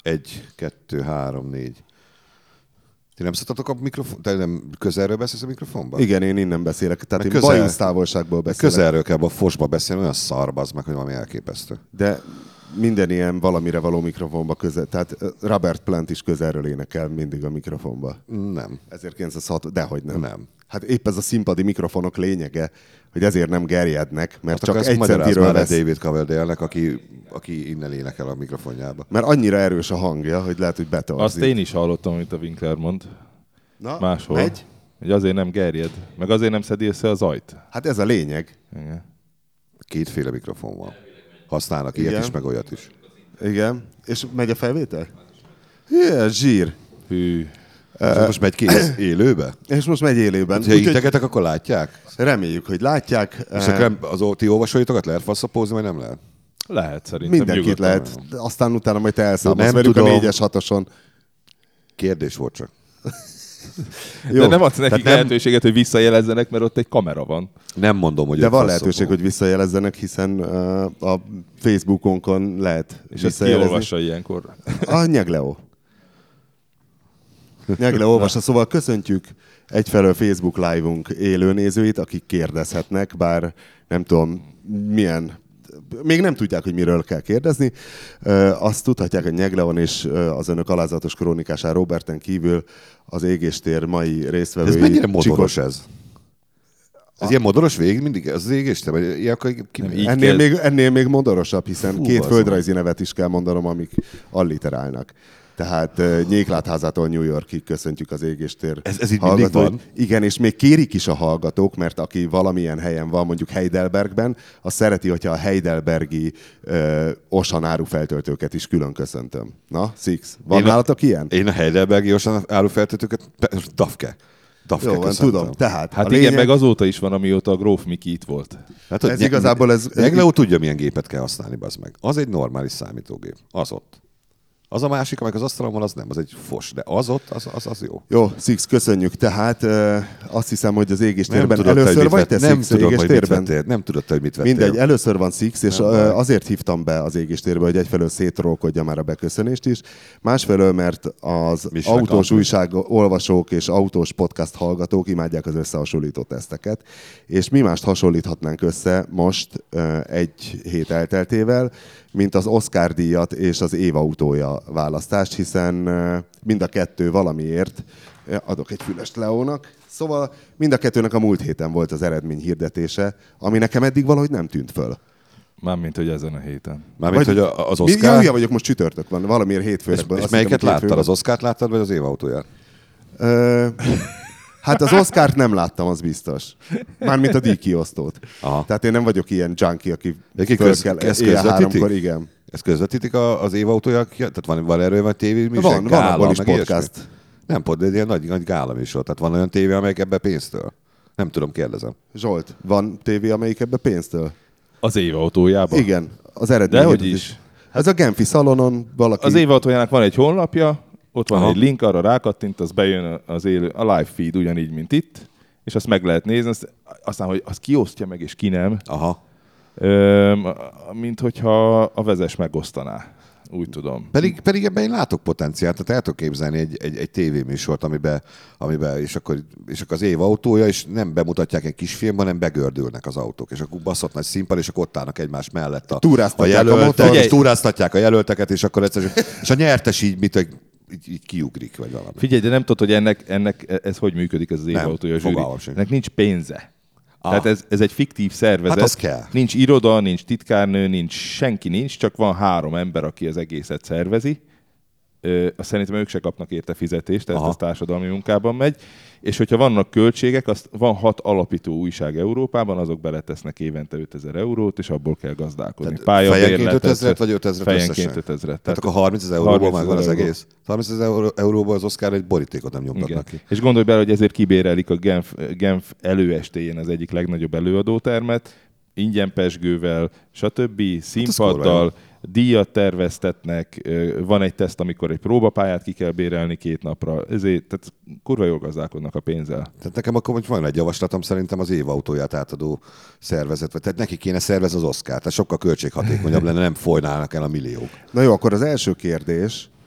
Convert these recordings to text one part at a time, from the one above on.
1, 2, 3, 4. Ti nem szoktatok a mikrofon? Te nem közelről beszélsz a mikrofonban? Igen, én innen beszélek. Tehát én bajusz távolságból beszélek. Közelről kell a fosba beszélni, olyan szarba az meg, hogy valami elképesztő. De minden ilyen valamire való mikrofonba közel. Tehát Robert Plant is közelről énekel mindig a mikrofonba. Nem. 1906, dehogy nem. Nem. Hát épp ez a színpadi mikrofonok lényege, hogy ezért nem gerjednek, mert Hát csak egy centiről vesz. David Coverdale-nek, aki innen énekel a mikrofonjába. Mert annyira erős a hangja, hogy lehet, hogy betorzít. Azt én is hallottam, amit a Winkler mond. Na, máshol. megy? Hogy azért nem gerjed, meg azért nem szedi össze az ajt. Hát ez a lényeg. Igen. Kétféle mikrofon van. Használnak Igen. ilyet is, meg olyat is. Igen. És megy a felvétel? Yeah, zsír. Hű. Most megy ki élőbe? És most megy élőben. Ha integetek, akkor látják? Reméljük, hogy látják. És akkor ti olvasóitokat lehet faszapózni, vagy nem lehet? Lehet szerintem. Mindenkit nyugodtan. lehet. Aztán utána majd te elszámolsz Nem velük tudom. a 4-es 6-oson. Kérdés volt csak. De nem adsz nekik nem- lehetőséget, hogy visszajelezzenek, mert ott egy kamera van. Nem mondom, hogy De ők van faszapó. lehetőség, hogy visszajelezzenek, hiszen a Facebookonkon lehet És ezt visszajelezni. kiolvassa ilyenkor. A Nyegleó. Nyegleó olvassa. Szóval köszöntjük egyfelől Facebook Live-unk élőnézőit, akik kérdezhetnek, bár nem tudom milyen, még nem tudják, hogy miről kell kérdezni. Azt tudhatják, hogy Nyegleon és az önök alázatos krónikásán Roberten kívül az Égéstér mai résztvevői... Ez mennyire modoros ez? Ez ilyen modoros végig mindig? Az égéste? Vagy ilyenkor Így Ennél még modorosabb, hiszen Fú, két bazzom. földrajzi nevet is kell mondanom, amik alliterálnak. Tehát Nyéklátházától New Yorkig köszöntjük az Égéstér Ez így hallgatóit. mindig van? Igen, és még kérik is a hallgatók, mert aki valamilyen helyen van, mondjuk Heidelbergben, az szereti, hogyha a heidelbergi Osan árufeltöltőket is külön köszöntöm. Na, Six, van nálatok ilyen? Én a Heidelbergi Osan árufeltöltőket, Dafke Jó, van, köszöntöm. tudom. Tehát Hát a igen, lényeg, meg azóta is van, amióta a Gróf Miki itt volt. Hát, hogy ez igazából ez... Nyegleó tudja, milyen gépet kell használni, bazd meg. Az egy normális számítógép. Az ott. Az a másik, amelyik az asztalon van, az nem, az egy fos, de az ott, az jó. Jó, Six, köszönjük. Tehát azt hiszem, hogy az Égéstérben tudod, először vagy te, nem Six, tudom, hogy mit Égéstérben? vettél. Nem tudod, hogy mit vettél. Mindegy, először van Six, és Nem baj. azért hívtam be az Égéstérbe, hogy egyfelől szétrókodja már a beköszönést is, másfelől, mert az Mi is autós megkapjuk. újság olvasók és autós podcast hallgatók imádják az összehasonlító teszteket, és mi mást hasonlíthatnánk össze most egy hét elteltével, mint az Oscar díjat és az évautója választást, hiszen mind a kettő valamiért, adok egy fülest Leónak, szóval mind a kettőnek a múlt héten volt az eredmény hirdetése, ami nekem eddig valahogy nem tűnt föl. Mármint, hogy ezen a héten. Mármint, hogy az Jó, Oscar... hülye vagyok, most csütörtök van, valamiért hétfőn. És melyiket láttad? Az Oscart láttad, vagy az évautóját? Hát az Oscart nem láttam, az biztos. Mármint a díjkiosztót. Aha. Tehát én nem vagyok ilyen junkie, aki Egyébként föl kell ezt éjjel közvetítik? 3-kor, igen. Ezt közvetítik az évautója? Tehát van erről, vagy tévéműsor? Van abból is meg podcast. ilyesmi? Nem, de egy ilyen nagy gála műsor. Tehát van olyan tévé, amelyik ebbe pénztől? Nem tudom, kérdezem. Zsolt, van tévé, amelyik ebbe pénztől? Az évautójában? Igen, az eredmény. Dehogy is. Ez a Genfi szalonon valaki... Az évautójának van egy honlapja, ott van Aha. egy link, arra rákattint, az bejön az élő, a live feed ugyanígy, mint itt, és azt meg lehet nézni, aztán, hogy az kiosztja meg, és ki nem, Aha. mint hogyha a vezes megosztaná. Úgy tudom. Pedig ebben én látok potenciált, tehát el tudok képzelni egy tévéműsort, amiben és akkor az év autója, és nem bemutatják egy kis filmben, hanem begördülnek az autók, és akkor baszott nagy színpad, és akkor ott állnak egymás mellett a Túráztatják a jelöltek, motort. és túráztatják a jelölteket, és akkor egyszer, és a nyertes így kiugrik, vagy valami. Figyelj, de nem tudod, hogy ennek ez hogy működik, ez az évautója zsűri. fogalmam sincs. Ennek nincs pénze. Tehát ez egy fiktív szervezet. Hát az kell. Nincs iroda, nincs titkárnő, senki nincs, csak van 3 ember, aki az egészet szervezi. Azt szerintem ők se kapnak érte fizetést, tehát ez társadalmi munkában megy. És hogyha vannak költségek, azt van 6 alapító újság Európában, azok beletesznek évente 5000 eurót, és abból kell gazdálkodni. Fejenként 5000 vagy 5000 Fejenként 5000. Tehát akkor 30 000 euróból már van az 30 000 egész. 30 000 euróból az Oscar egy borítékot nem nyomtatnak ki. És gondolj bele, hogy ezért kibérelik a Genf előestéjén az egyik legnagyobb előadótermet, ingyen pezsgővel, stb. Színpaddal, díjat terveztetnek, van egy teszt, amikor egy próbapályát ki kell bérelni 2 napra, ezért tehát kurva jól gazdálkodnak a pénzzel. Tehát nekem akkor van egy javaslatom, szerintem az évautóját átadó szervezet, tehát neki kéne szervezni az Oscart, tehát sokkal költséghatékonyabb lenne, nem folynának el a milliók. Na jó, akkor az első kérdés,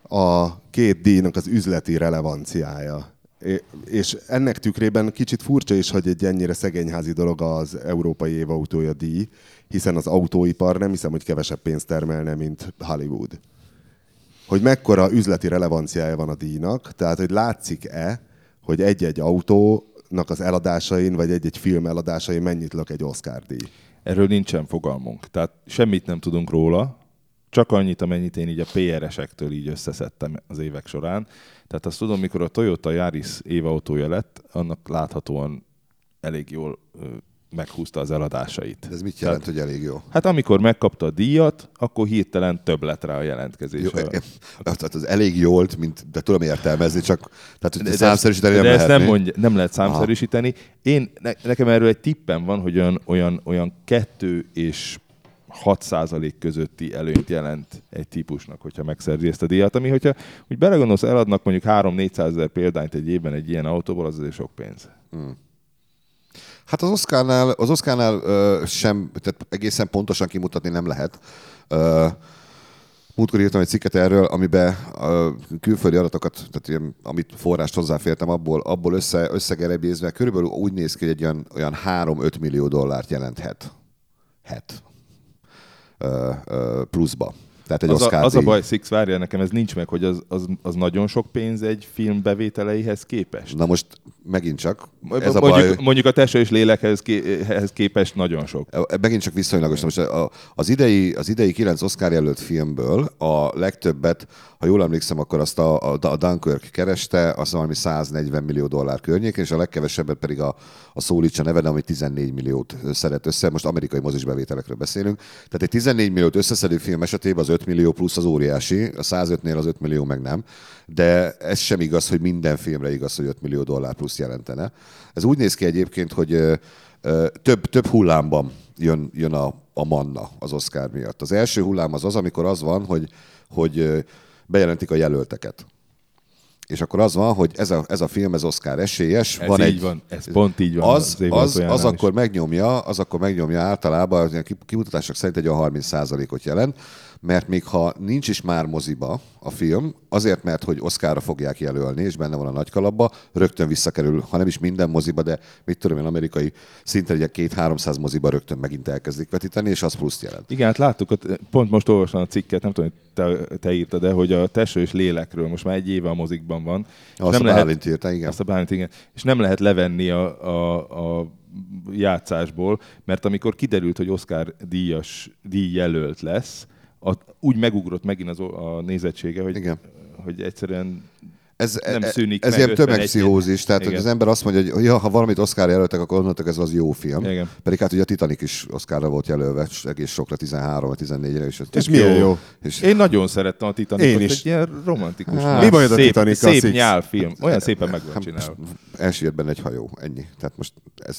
a két díjnak az üzleti relevanciája. És ennek tükrében kicsit furcsa is, hogy egy ennyire szegényházi dolog az Európai Évautója díj, hiszen az autóipar nem hiszem, hogy kevesebb pénzt termelne, mint Hollywood. Hogy mekkora üzleti relevanciája van a díjnak, tehát hogy látszik-e, hogy egy-egy autónak az eladásain, vagy egy-egy film eladásain mennyit lök egy Oscar díj. Erről nincsen fogalmunk. Tehát semmit nem tudunk róla, csak annyit, amennyit én így a PR-esektől így összeszedtem az évek során. Tehát azt tudom, mikor a Toyota Yaris évautója lett, annak láthatóan elég jól meghúzta az eladásait. De ez mit jelent, hogy elég jó? Hát amikor megkapta a díjat, akkor hirtelen több lett rá a jelentkezés. Jó, tehát az elég jól, de tudom értelmezni, csak tehát, hogy számszerűsíteni nem lehet. Ezt nem lehet számszerűsíteni. Nekem erről egy tippem van, hogy olyan 2 és 6% közötti előnyt jelent egy típusnak, hogyha megszerzi ezt a díjat, ami, hogyha úgy belegondolsz, eladnak mondjuk 300-400 ezer példányt egy évben egy ilyen autóból, az azért sok pénz. Hát az Oscarnál sem, tehát egészen pontosan kimutatni nem lehet. Múltkor írtam egy cikket erről, amiben külföldi adatokat, tehát ilyen, amit forrást hozzáfértem, abból összegerebézve körülbelül úgy néz ki, hogy egy olyan 3-5 millió dollárt jelenthet. Pluszba. Tehát egy Oscar az a baj, Six, várjál, nekem ez nincs meg, hogy az nagyon sok pénz egy film bevételeihez képest. Na most megint csak, ez a baj... Mondjuk a Testről és Lélekhez képest nagyon sok. Megint csak viszonylagos. Most az idei 9 Oscar jelölt filmből a legtöbbet, ha jól emlékszem, akkor azt a Dunkirk kereste, az valami 140 millió dollár környékén, és a legkevesebbet pedig a Szólítsa neved, ami 14 milliót szedett össze. Most amerikai mozis bevételekről beszélünk. Tehát egy 14 milliót összeszedő film esetében az 5 millió plusz az óriási, a 105-nél az 5 millió meg nem. De ez sem igaz, hogy minden filmre igaz, hogy 5 millió dollár plusz jelentene. Ez úgy néz ki egyébként, hogy több hullámban jön a manna az Oscar miatt. Az első hullám az, amikor az van, hogy bejelentik a jelölteket. És akkor az van, hogy ez a film, ez Oscar esélyes. Ez pont így van. Az akkor megnyomja általában, a kimutatások szerint egy a 30%-ot jelent, mert még ha nincs is már moziba a film, azért, mert hogy Oscarra fogják jelölni, és benne van a nagy kalapba, rögtön visszakerül, ha nem is minden moziba, de mit tudom én, amerikai szinten egy 200-300 moziba rögtön megint elkezdik vetíteni, és az pluszt jelent. Igen, hát láttuk, pont most olvastam a cikket, nem tudom, hogy te írtad, de hogy a Testről és Lélekről most már egy éve a mozikban van. Azt a Bálint írta, igen. Azt a Bálint, igen. És nem lehet levenni a játszásból, mert amikor kiderült, hogy Oscar díjjelölt lesz, úgy megugrott megint a nézettsége, hogy egyszerűen nem szűnik ez meg. Ez ilyen tömegpszichózis, tehát hogy az ember azt mondja, hogy ha valamit Oscar jelöltek, akkor onnantól ez az jó film. Igen. Pedig hát ugye a Titanic is Oscarra volt jelölve, egész sokra, 13-14-re. És milyen jó. Én nagyon szerettem a Titanicot, egy ilyen romantikus. Mi bajod a Titanic? Szép nyálfilm. Olyan szépen meg van csinálva. Elsüllyed benne egy hajó, ennyi. Tehát most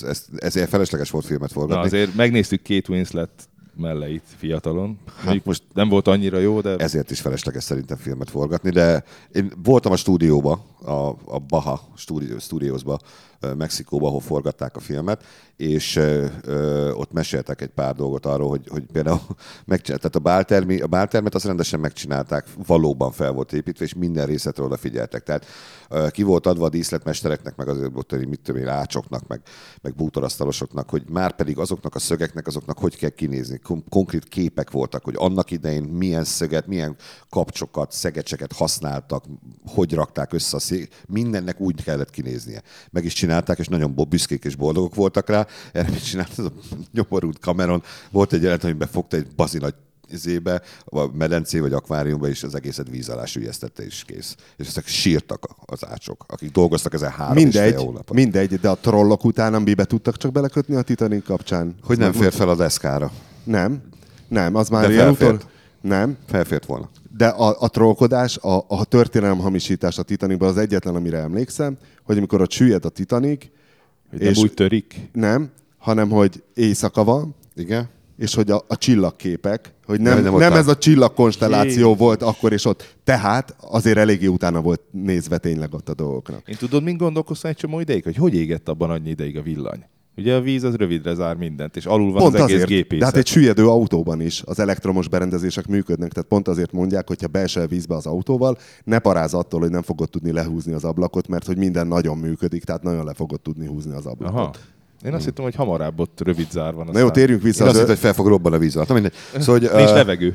ez felesleges volt filmet forgatni. Na azért megnéztük Kate Winslet melleit fiatalon. Hát most nem volt annyira jó, de... Ezért is szerintem filmet forgatni, de én voltam a stúdióba, a Baja Studiosba, Mexikóba, ahol forgatták a filmet, és ott meséltek egy pár dolgot arról, hogy például tehát a báltermet azt rendesen megcsinálták, valóban fel volt építve, és minden részletre odafigyeltek. Tehát ki volt adva a díszletmestereknek, meg azért ottani, mit tudom én, ácsoknak, meg bútorasztalosoknak, hogy már pedig azoknak a szögeknek, azoknak hogy kell kinézni. Konkrét képek voltak, hogy annak idején milyen szöget, milyen kapcsokat, szegecseket használtak, hogy rakták össze a mindennek úgy kellett kinéznie. Meg is csinálták, és nagyon büszkék és boldogok voltak rá. Erre mit csinált ez a nyomorult Cameron? Volt egy jelenet, amiben fogta egy bazinagy izébe, a medencé vagy akváriumba, és az egészet víz alá süllyesztette, és kész. És ezek sírtak az ácsok, akik dolgoztak ezen 3,5 hónapot. Mindegy, de a trollok után mibe tudtak csak belekötni a Titanic kapcsán? Hogy nem fért fel a deszkára. Nem, az már ilyen utol... Nem. Felfért volna. De a trollkodás, a történelem hamisítás a Titanicban az egyetlen, amire emlékszem, hogy amikor ott süllyed a Titanic, hogy nem úgy törik. Nem, hanem hogy éjszaka van, igen, és hogy a csillagképek, hogy nem ez a csillagkonstelláció volt akkor és ott. Tehát azért eléggé utána volt nézve tényleg ott a dolgoknak. Én tudod, mint gondolkoztam egy csomó ideig, hogy égett abban annyi ideig a villany? Ugye a víz az rövidre zár mindent, és alul van Pont az egész azért, gépészet. de hát egy süllyedő autóban is az elektromos berendezések működnek, tehát pont azért mondják, hogyha beesel vízbe az autóval, ne parázz attól, hogy nem fogod tudni lehúzni az ablakot, mert hogy minden nagyon működik, tehát nagyon le fogod tudni húzni az ablakot. Aha. Én azt hittem, hogy hamarabb ott rövid zár van. Na jó, térjünk vissza. Én azt hittem, hogy fel fog robban a víz alatt. Mindegy. Szóval, hogy, Nincs levegő.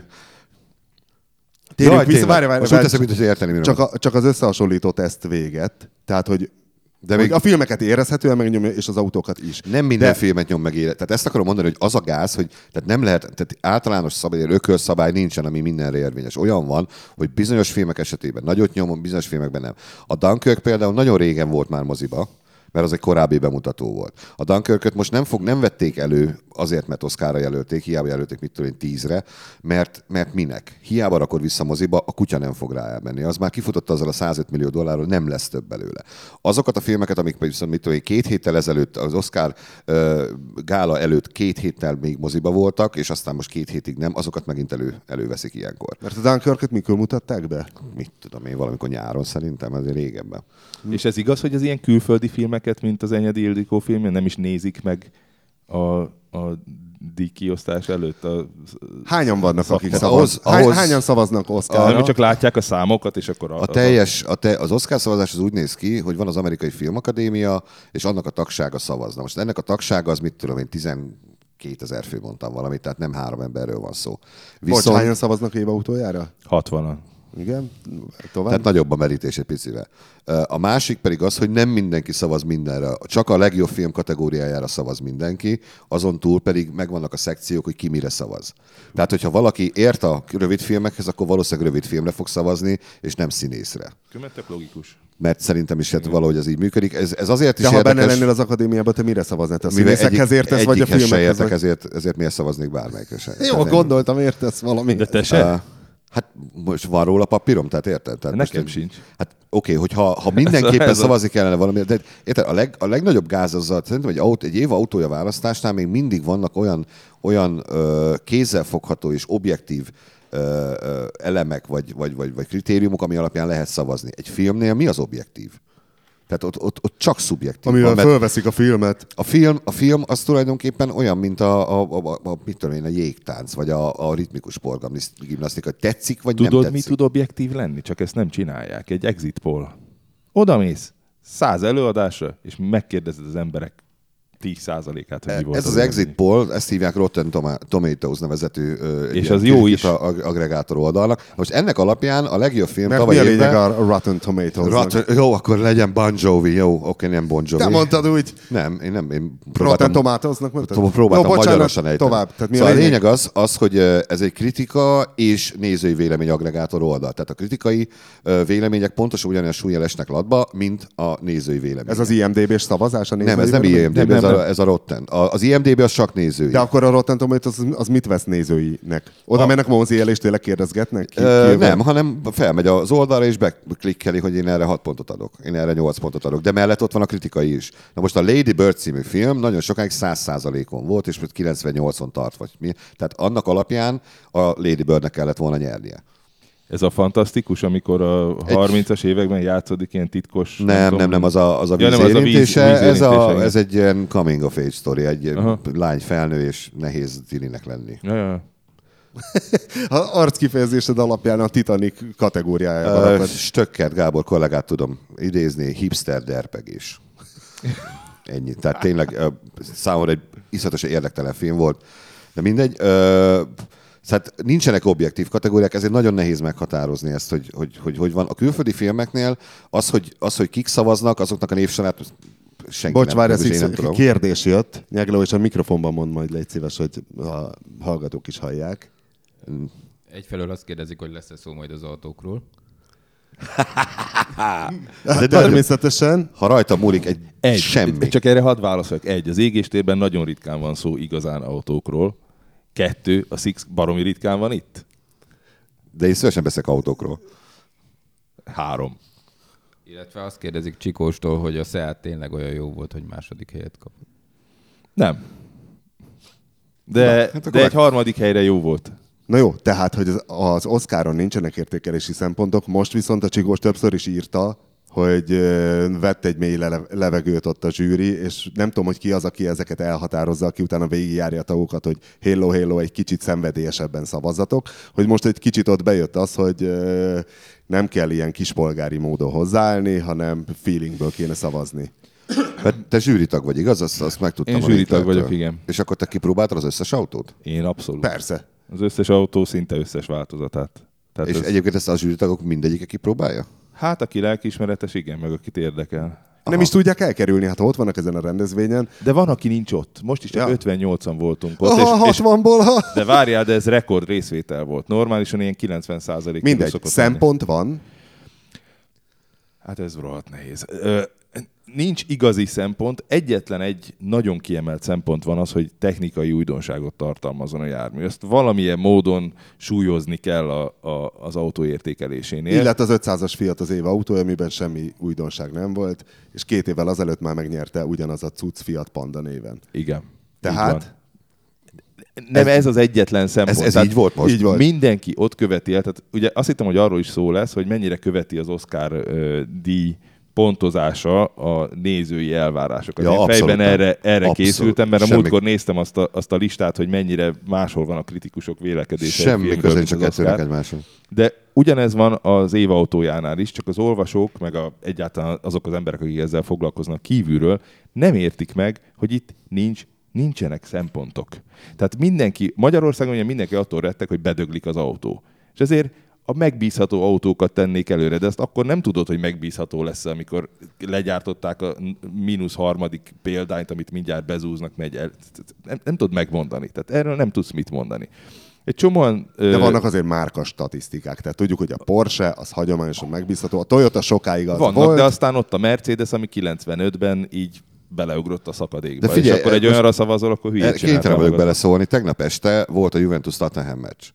Térjünk Jaj, vissza, tényleg. várj, Most úgy teszem, mint hogy érteni, miről van. csak az összehasonlító teszt véget, tehát hogy De még a filmeket érezhetően megnyomja, és az autókat is. nem minden filmet nyom meg élet. Tehát ezt akarom mondani, hogy az a gáz, hogy tehát nem lehet, tehát általános szabály, ökölszabály nincsen, ami mindenre érvényes. Olyan van, hogy bizonyos filmek esetében nagyot nyomom, bizonyos filmekben nem. A Dunkirk például nagyon régen volt már moziba, mert az egy korábbi bemutató volt. A Dunkirköt most nem vették elő azért, mert Oscarra jelölték, hiába jelölték, mit tudom én, 10-re, mert minek? Hiába rakod vissza moziba, a kutya nem fog rá elmenni. Az már kifutott azzal a $105 millió, nem lesz több belőle. Azokat a filmeket, amik viszont, mit tudom én, 2 héttel ezelőtt, az Oscar gála előtt 2 héttel még moziba voltak, és aztán most 2 hétig nem, azokat megint előveszik ilyenkor. Mert a Dunkirköt mikor mutatták be? Mit tudom én, valamikor nyáron szerintem, azért régebben. És ez igaz, hogy az ilyen külföldi filmeket, mint az Enyedi Ildikó filmje, nem is nézik meg a díjkiosztás előtt? Hányan vannak, akik ahhoz- szavaznak? ahhoz- Hányan szavaznak Oscarra? Csak látják a számokat, és akkor Az Oscar szavazás az úgy néz ki, hogy van az Amerikai Filmakadémia, és annak a tagsága szavazna. Most ennek a tagsága az, mit tudom én, 12 000 fő, mondtam valamit, tehát nem 3 emberről van szó. Bocs, hányan szavaznak évautójára? 60-an. Igen? Tovább? Tehát nagyobb a merítés egy picivel. A másik pedig az, hogy nem mindenki szavaz mindenre. Csak a legjobb film kategóriájára szavaz mindenki, azon túl pedig megvannak a szekciók, hogy ki mire szavaz. Tehát, hogyha valaki ért a rövid filmekhez, akkor valószínűleg rövid filmre fog szavazni, és nem színészre. Tök logikus. Mert szerintem is hát valahogy ez így működik. Ez azért is De ha érdekes, benne lennél az akadémiában, te mire szavaznál? Te a mivel színészekhez értesz, vagy a egyikhez se filmekhez? értek, ezért miért szavaznék bármelyikre se. Jó, Tehát gondoltam, értesz valami. De te se? Hát most van róla papírom, tehát érted? Tehát Nekem most sincs. Hát oké, hogyha mindenképpen Ez a- szavazni kellene valami, de érted, a legnagyobb gáz azzal, szerintem egy év autója választásnál még mindig vannak olyan kézzelfogható és objektív elemek vagy kritériumok, ami alapján lehet szavazni. Egy filmnél mi az objektív? Tehát ott csak szubjektív. Amivel van, mert fölveszik a filmet. a film az tulajdonképpen olyan, mint mit tudom én, a jégtánc, vagy a ritmikus sportgimnasztika. Tetszik, vagy nem Tudod, tetszik? mi tud objektív lenni? Csak ezt nem csinálják. Egy exit poll. Odamész 100 előadásra, és megkérdezed az emberek 10%-át, hogy mi volt Ez az élmény. exit poll, ezt hívják Rotten Tomatoes nevezetű És az jó is. agregátor oldalnak. Most ennek alapján a legjobb film Mert tavaly mi a lényeg évben... a Rotten Tomatoes-nak? Jó, akkor legyen Bon Jovi. Jó, oké, nem Bon Jovi. Te mondtad úgy. Nem, én Rotten próbáltam... Tomatoes-nak mondtad? Próbáltam Jó, bocsánat, magyarosan ejteni. tovább. Tehát mi szóval a a lényeg? lényeg az, hogy ez egy kritika és nézői vélemény agregátor oldal. Tehát a kritikai vélemények pontosan ugyanolyan súllyal esnek latba, mint a nézői vélemény. Ez az IMDb-s szavazás a nézői Nem, ez nem vélemény? IMDb, ez a Rotten. Az IMDb az csak nézői. De akkor a Rotten Tomatoes az mit vesz nézőinek? Oda mennek mozi el és tényleg kérdezgetnek? Nem, hanem felmegy az oldalra és beklikkeli, hogy én erre 6 pontot adok, én erre 8 pontot adok. De mellett ott van a kritikai is. Na most a Lady Bird című film nagyon sokáig 100%-on volt, és most 98-on tart, vagy mi. Tehát annak alapján a Lady Birdnek kellett volna nyernie. Ez a fantasztikus, amikor a 30-as években játszódik ilyen titkos... Nem, az a Ja, nem, az a vízérintése. vízérintése, igen. Ez egy ilyen coming of age story, egy Aha. lány felnő, és nehéz tininek lenni. Ja. Az arckifejezésed alapján a Titanic kategóriájában rakod. Stöckert Gábor kollégát tudom idézni, hipster derpegés. Ennyi. Tehát tényleg számomra egy iszonyatosan érdektelen film volt. De mindegy. Tehát nincsenek objektív kategóriák, ezért nagyon nehéz meghatározni ezt, hogy van. A külföldi filmeknél az, hogy kik szavaznak, azoknak a névsorát senki Bocs, nem várj, tudja, és én nem ez tudom. kérdés jött. Nyegló, és a mikrofonban mond majd, légy szíves, hogy a hallgatók is hallják. Egyfelől azt kérdezik, hogy lesz-e szó majd az autókról. De Természetesen. ha rajta múlik semmi. Csak erre hadd válaszoljak. Az égéstérben nagyon ritkán van szó igazán autókról. 2, a Six baromi ritkán van itt. De én szívesen beszélek autókról. 3. Illetve azt kérdezik Csikóstól, hogy a Seat tényleg olyan jó volt, hogy második helyet kapott. Nem. De akkor egy harmadik helyre jó volt. Na jó, tehát, hogy az Oscaron nincsenek értékelési szempontok, most viszont a Csikós többször is írta, hogy vett egy mély levegőt ott a zsűri, és nem tudom, hogy ki az, aki ezeket elhatározza, aki utána végigjárja a tagokat, hogy hello, egy kicsit szenvedélyesebben szavazzatok, hogy most egy kicsit ott bejött az, hogy nem kell ilyen kispolgári módon hozzáállni, hanem feelingből kéne szavazni. Te zsűritag vagy, igaz? Azt megtudtam. Én zsűritag vagyok, igen. És akkor te kipróbáltad az összes autót? Én abszolút. Persze. Az összes autó szinte összes változatát. Tehát És egyébként ezt a zsűritagok mindegyike kipróbálja? Hát aki lelkiismeretes, igen, meg akit érdekel. Nem is tudják elkerülni, hát ott vannak ezen a rendezvényen. De van, aki nincs ott. Most is csak 58-an voltunk ott. Aha, 60-ból. De várjál, de ez rekord részvétel volt. Normálisan ilyen 90%. Mindegy, szempont van. Hát ez rohadt nehéz. Nincs igazi szempont. Egyetlen egy nagyon kiemelt szempont van az, hogy technikai újdonságot tartalmazzon a jármű. Ezt valamilyen módon súlyozni kell az autó értékelésénél. Illetve az 500-as Fiat az év autója, amiben semmi újdonság nem volt, és 2 évvel azelőtt már megnyerte ugyanaz a cucc Fiat Panda néven. Igen. Tehát? Nem, ez az egyetlen szempont. Ez így volt most? Így volt. Mindenki ott követi el. Tehát ugye azt hittem, hogy arról is szó lesz, hogy mennyire követi az Oscar díj pontozása a nézői elvárásokat. Ja, Én fejben erre abszolút. készültem, mert a Semmi- múltkor néztem azt a listát, hogy mennyire máshol van a kritikusok vélekedése. Semmi köze csak kettőnek egymáshoz. De ugyanez van az év autójánál is, csak az olvasók, meg egyáltalán azok az emberek, akik ezzel foglalkoznak kívülről, nem értik meg, hogy itt nincsenek szempontok. Tehát Magyarországon ugye mindenki attól rettek, hogy bedöglik az autó. És ezért a megbízható autókat tennék előre, de azt akkor nem tudod, hogy megbízható lesz, amikor legyártották a -3. Példányt, amit mindjárt bezúznak, nem tudod megmondani. Tehát erről nem tudsz mit mondani. Egy csomóan... De vannak azért márka statisztikák. Tehát tudjuk, hogy a Porsche az hagyományosan megbízható, a Toyota sokáig az vannak, volt. de aztán ott a Mercedes, ami 95-ben így beleugrott a szakadékba. De figyelj, és akkor egy olyanra szavazol, akkor hülyét csináltál. Kénytelen vagyok magad. beleszólni. Tegnap este volt a Juventus-Tottenham meccs.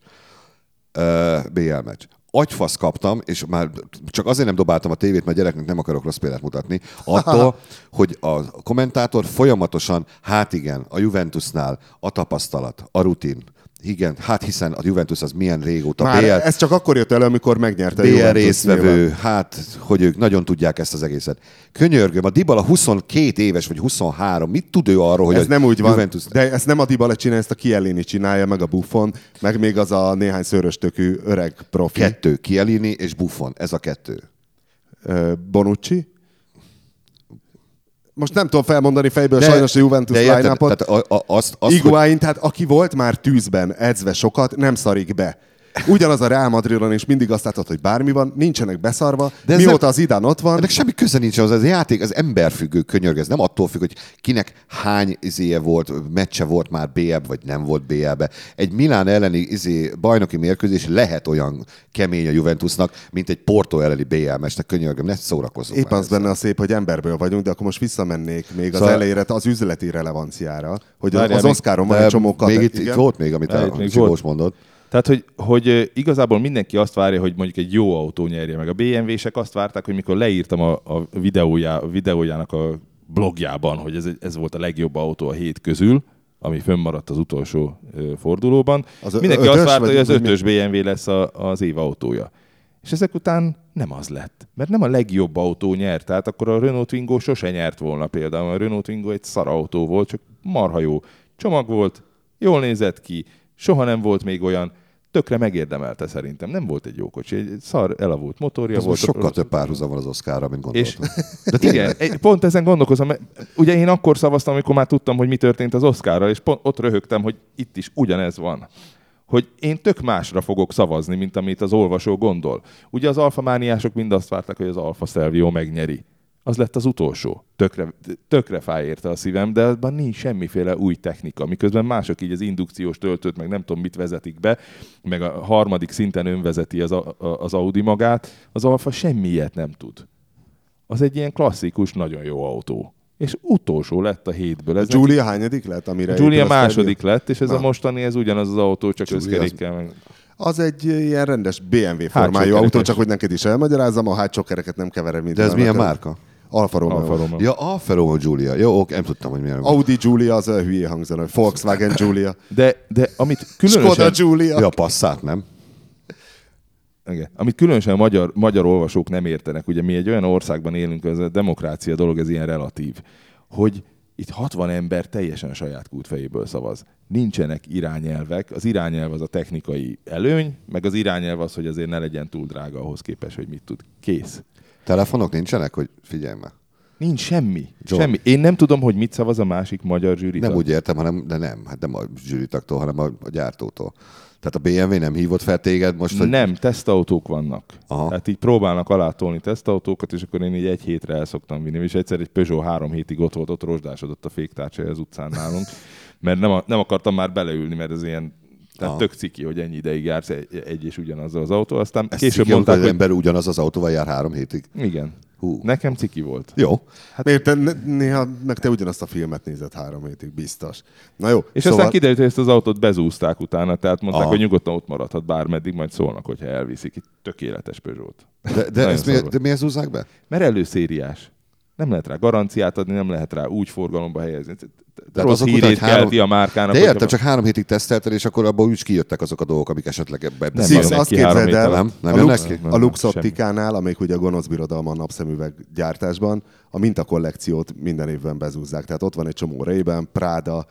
BL meccs. Agyfasz kaptam, és már csak azért nem dobáltam a tévét, mert gyereknek nem akarok rossz példát mutatni, attól, hogy a kommentátor folyamatosan, hát igen, a Juventusnál a tapasztalat, a rutin, igen, hát hiszen a Juventus az milyen régóta Már BL, ez csak akkor jött elő, amikor megnyerte a BL Juventus résztvevő, nyilván. hát, hogy ők nagyon tudják ezt az egészet. Könyörgöm, a Dybala 22 éves, vagy 23, mit tud ő arról, hogy Ez a nem úgy van, Juventus... de ezt nem a Dybala csinálja, ezt a Chiellini csinálja, meg a Buffon, meg még az a néhány szőröstökű öreg profi. 2, Chiellini és Buffon, ez a 2. Bonucci. Most nem tudom felmondani fejből De- sajnos a Juventus de érted, line-upot. tehát azt, Higuain, tehát aki volt már tűzben edzve sokat, nem szarik be. Ugyanaz a Real Madridon is mindig azt látod, hogy bármi van, nincsenek beszarva. De ez Mióta nem- az Zidane ott van, ennek semmi köze nincs az játék, az emberfüggő könyörg, ez nem attól függ, hogy kinek hány volt, meccse volt már BL-be, vagy nem volt BL-be. Egy Milán elleni bajnoki mérkőzés lehet olyan kemény a Juventusnak, mint egy Porto elleni BL meccsnek, könyörgöm, ne szórakozzunk épp már az ezzel. benne a szép, hogy emberből vagyunk, de akkor most visszamennék még az Szóval- elejére az üzleti relevanciára, hogy Várjál, az még- Oscaron van De egy csomó még itt igen? volt még, amit Itt a még Csibós volt. mondott. Tehát, hogy igazából mindenki azt várja, hogy mondjuk egy jó autó nyerje meg. A BMW-sek azt várták, hogy mikor leírtam a videójának a blogjában, hogy ez volt a legjobb autó a 7 közül, ami fönnmaradt az utolsó fordulóban. Az Mindenki ötös, azt várta, vagy hogy az mi? 5-ös BMW lesz az év autója. És ezek után nem az lett. Mert nem a legjobb autó nyert. Tehát akkor a Renault Twingo sose nyert volna például. A Renault Twingo egy szarautó volt, csak marha jó. Csomag volt, jól nézett ki, soha nem volt még olyan, tökre megérdemelte szerintem. Nem volt egy jó kocsi, egy szar elavult motorja Ez volt. most sokkal több párhuzam van az Oscarra, mint És gondoltam. igen, pont ezen gondolkozom, mert ugye én akkor szavaztam, amikor már tudtam, hogy mi történt az Oscarral, és pont ott röhögtem, hogy itt is ugyanez van. Hogy én tök másra fogok szavazni, mint amit az olvasó gondol. Ugye az alfamániások mind azt várták, hogy az Alfa Stelvio megnyeri. Az lett az utolsó. Tökre fáj érte a szívem, de abban nincs semmiféle új technika. Miközben mások így az indukciós töltőt, meg nem tudom mit vezetik be, meg a harmadik szinten önvezeti az Audi magát, az Alfa semmi ilyet nem tud. Az egy ilyen klasszikus, nagyon jó autó. És utolsó lett a 7-ből. Ez Giulia hányadik lett, amire Giulia épül a második Stelvio? lett, és ez Na. a mostani, ez ugyanaz az autó, csak Giulia összkerékkel. Meg... Az egy ilyen rendes BMW formájú kerekes. autó, csak hogy neked is elmagyarázzam, a hátsó kereket nem keverem, mint De ez annak milyen a- márka? Alfa Romeo. Alfa Romeo. Ja, Alfa Romeo Giulia. Jó, oké, nem tudtam, hogy milyen. Audi Giulia az olyan hülyé hangzana, hogy Volkswagen Giulia. De amit Skoda különösen... Giulia. Ja, Passat, nem? Igen. Amit különösen magyar olvasók nem értenek, ugye mi egy olyan országban élünk, ez a demokrácia dolog, ez ilyen relatív, hogy itt 60 ember teljesen saját kútfejéből szavaz. Nincsenek irányelvek, az irányelv az a technikai előny, meg az irányelv az, hogy azért ne legyen túl drága ahhoz képest, hogy mit tud. Kész. Telefonok nincsenek, hogy figyelj már. Nincs semmi. John. Semmi. Én nem tudom, hogy mit szavaz a másik magyar zsűritag. Nem úgy értem, hát nem a zsűritaktól, hanem a gyártótól. Tehát a BMW nem hívott fel téged most, hogy... Nem, tesztautók vannak. Aha. Tehát így próbálnak alátolni tesztautókat, és akkor én így egy hétre el szoktam vinni. És egyszer egy Peugeot 3 hétig ott volt, ott rozsdásodott a féktárcsa az utcán nálunk, mert nem akartam már beleülni, mert ez ilyen tehát tök ciki, hogy ennyi ideig jársz egy és ugyanazzal az autó. Aztán Ez később ciki, mondták, hogy hogy... ember ugyanaz az autóval jár 3 hétig. Igen. Hú. Nekem ciki volt. Jó. Hát miért néha meg te ugyanazt a filmet nézed 3 hétig, biztos. Na jó. És aztán kiderült, hogy ezt az autót bezúzták utána, tehát mondták, Aha. hogy nyugodtan ott maradhat bármeddig, majd szólnak, hogyha elviszik. Itt tökéletes Peugeot. De ezt miért zúzzák be? Mert előszériás. Nem lehet rá garanciát adni, nem lehet rá úgy forgalomba helyezni. Tehát Rossz azok után, hírét hogy három- kelti a márkának. De hogyha- értem, csak 3 hétig tesztelted, és akkor abból úgy kijöttek azok a dolgok, amik esetleg ebben... Nem Six, jönnek azt ki 3 képzeld el, héten. Nem a jönnek Lux, ki? Nem, a Lux semmi. Optikánál, amelyik ugye a gonosz birodalma a napszemüveg gyártásban, a mintakollekciót minden évben bezúzzák. Tehát ott van egy csomó Ray-Ban, Prada,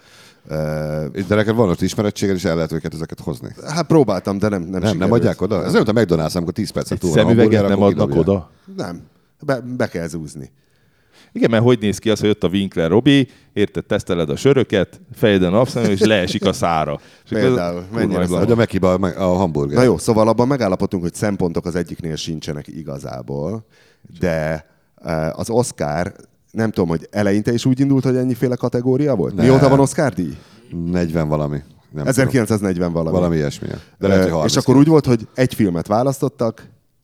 De neked van ott ismerettséged, és el lehet ezeket hozni. hát próbáltam, de nem Nem sikerült. adják oda? Ez olyan, mint a McDonald's, amikor 10 percet Egy túl van a szemüveget hamburger, nem akkor adnak kidobják. oda? Nem. Be kell zúzni. Igen, mert hogy néz ki az, hogy ott a Winkler Robi, érted, teszteled a söröket, fejed a napszemű, és leesik a szára. És akkor Például, kurva mennyire nagy Hogy a Mekiba a hamburger. Na jó, szóval abban megállapodtunk, hogy szempontok az egyiknél sincsenek igazából, de az Oscar, nem tudom, hogy eleinte is úgy indult, hogy ennyiféle kategória volt? Nem. Mióta van Oscar díj? 40 valami. Nem 1940 tudom. valami. Valami ilyesmi. De lehet, hogy 30. És akkor úgy volt, hogy egy filmet választottak,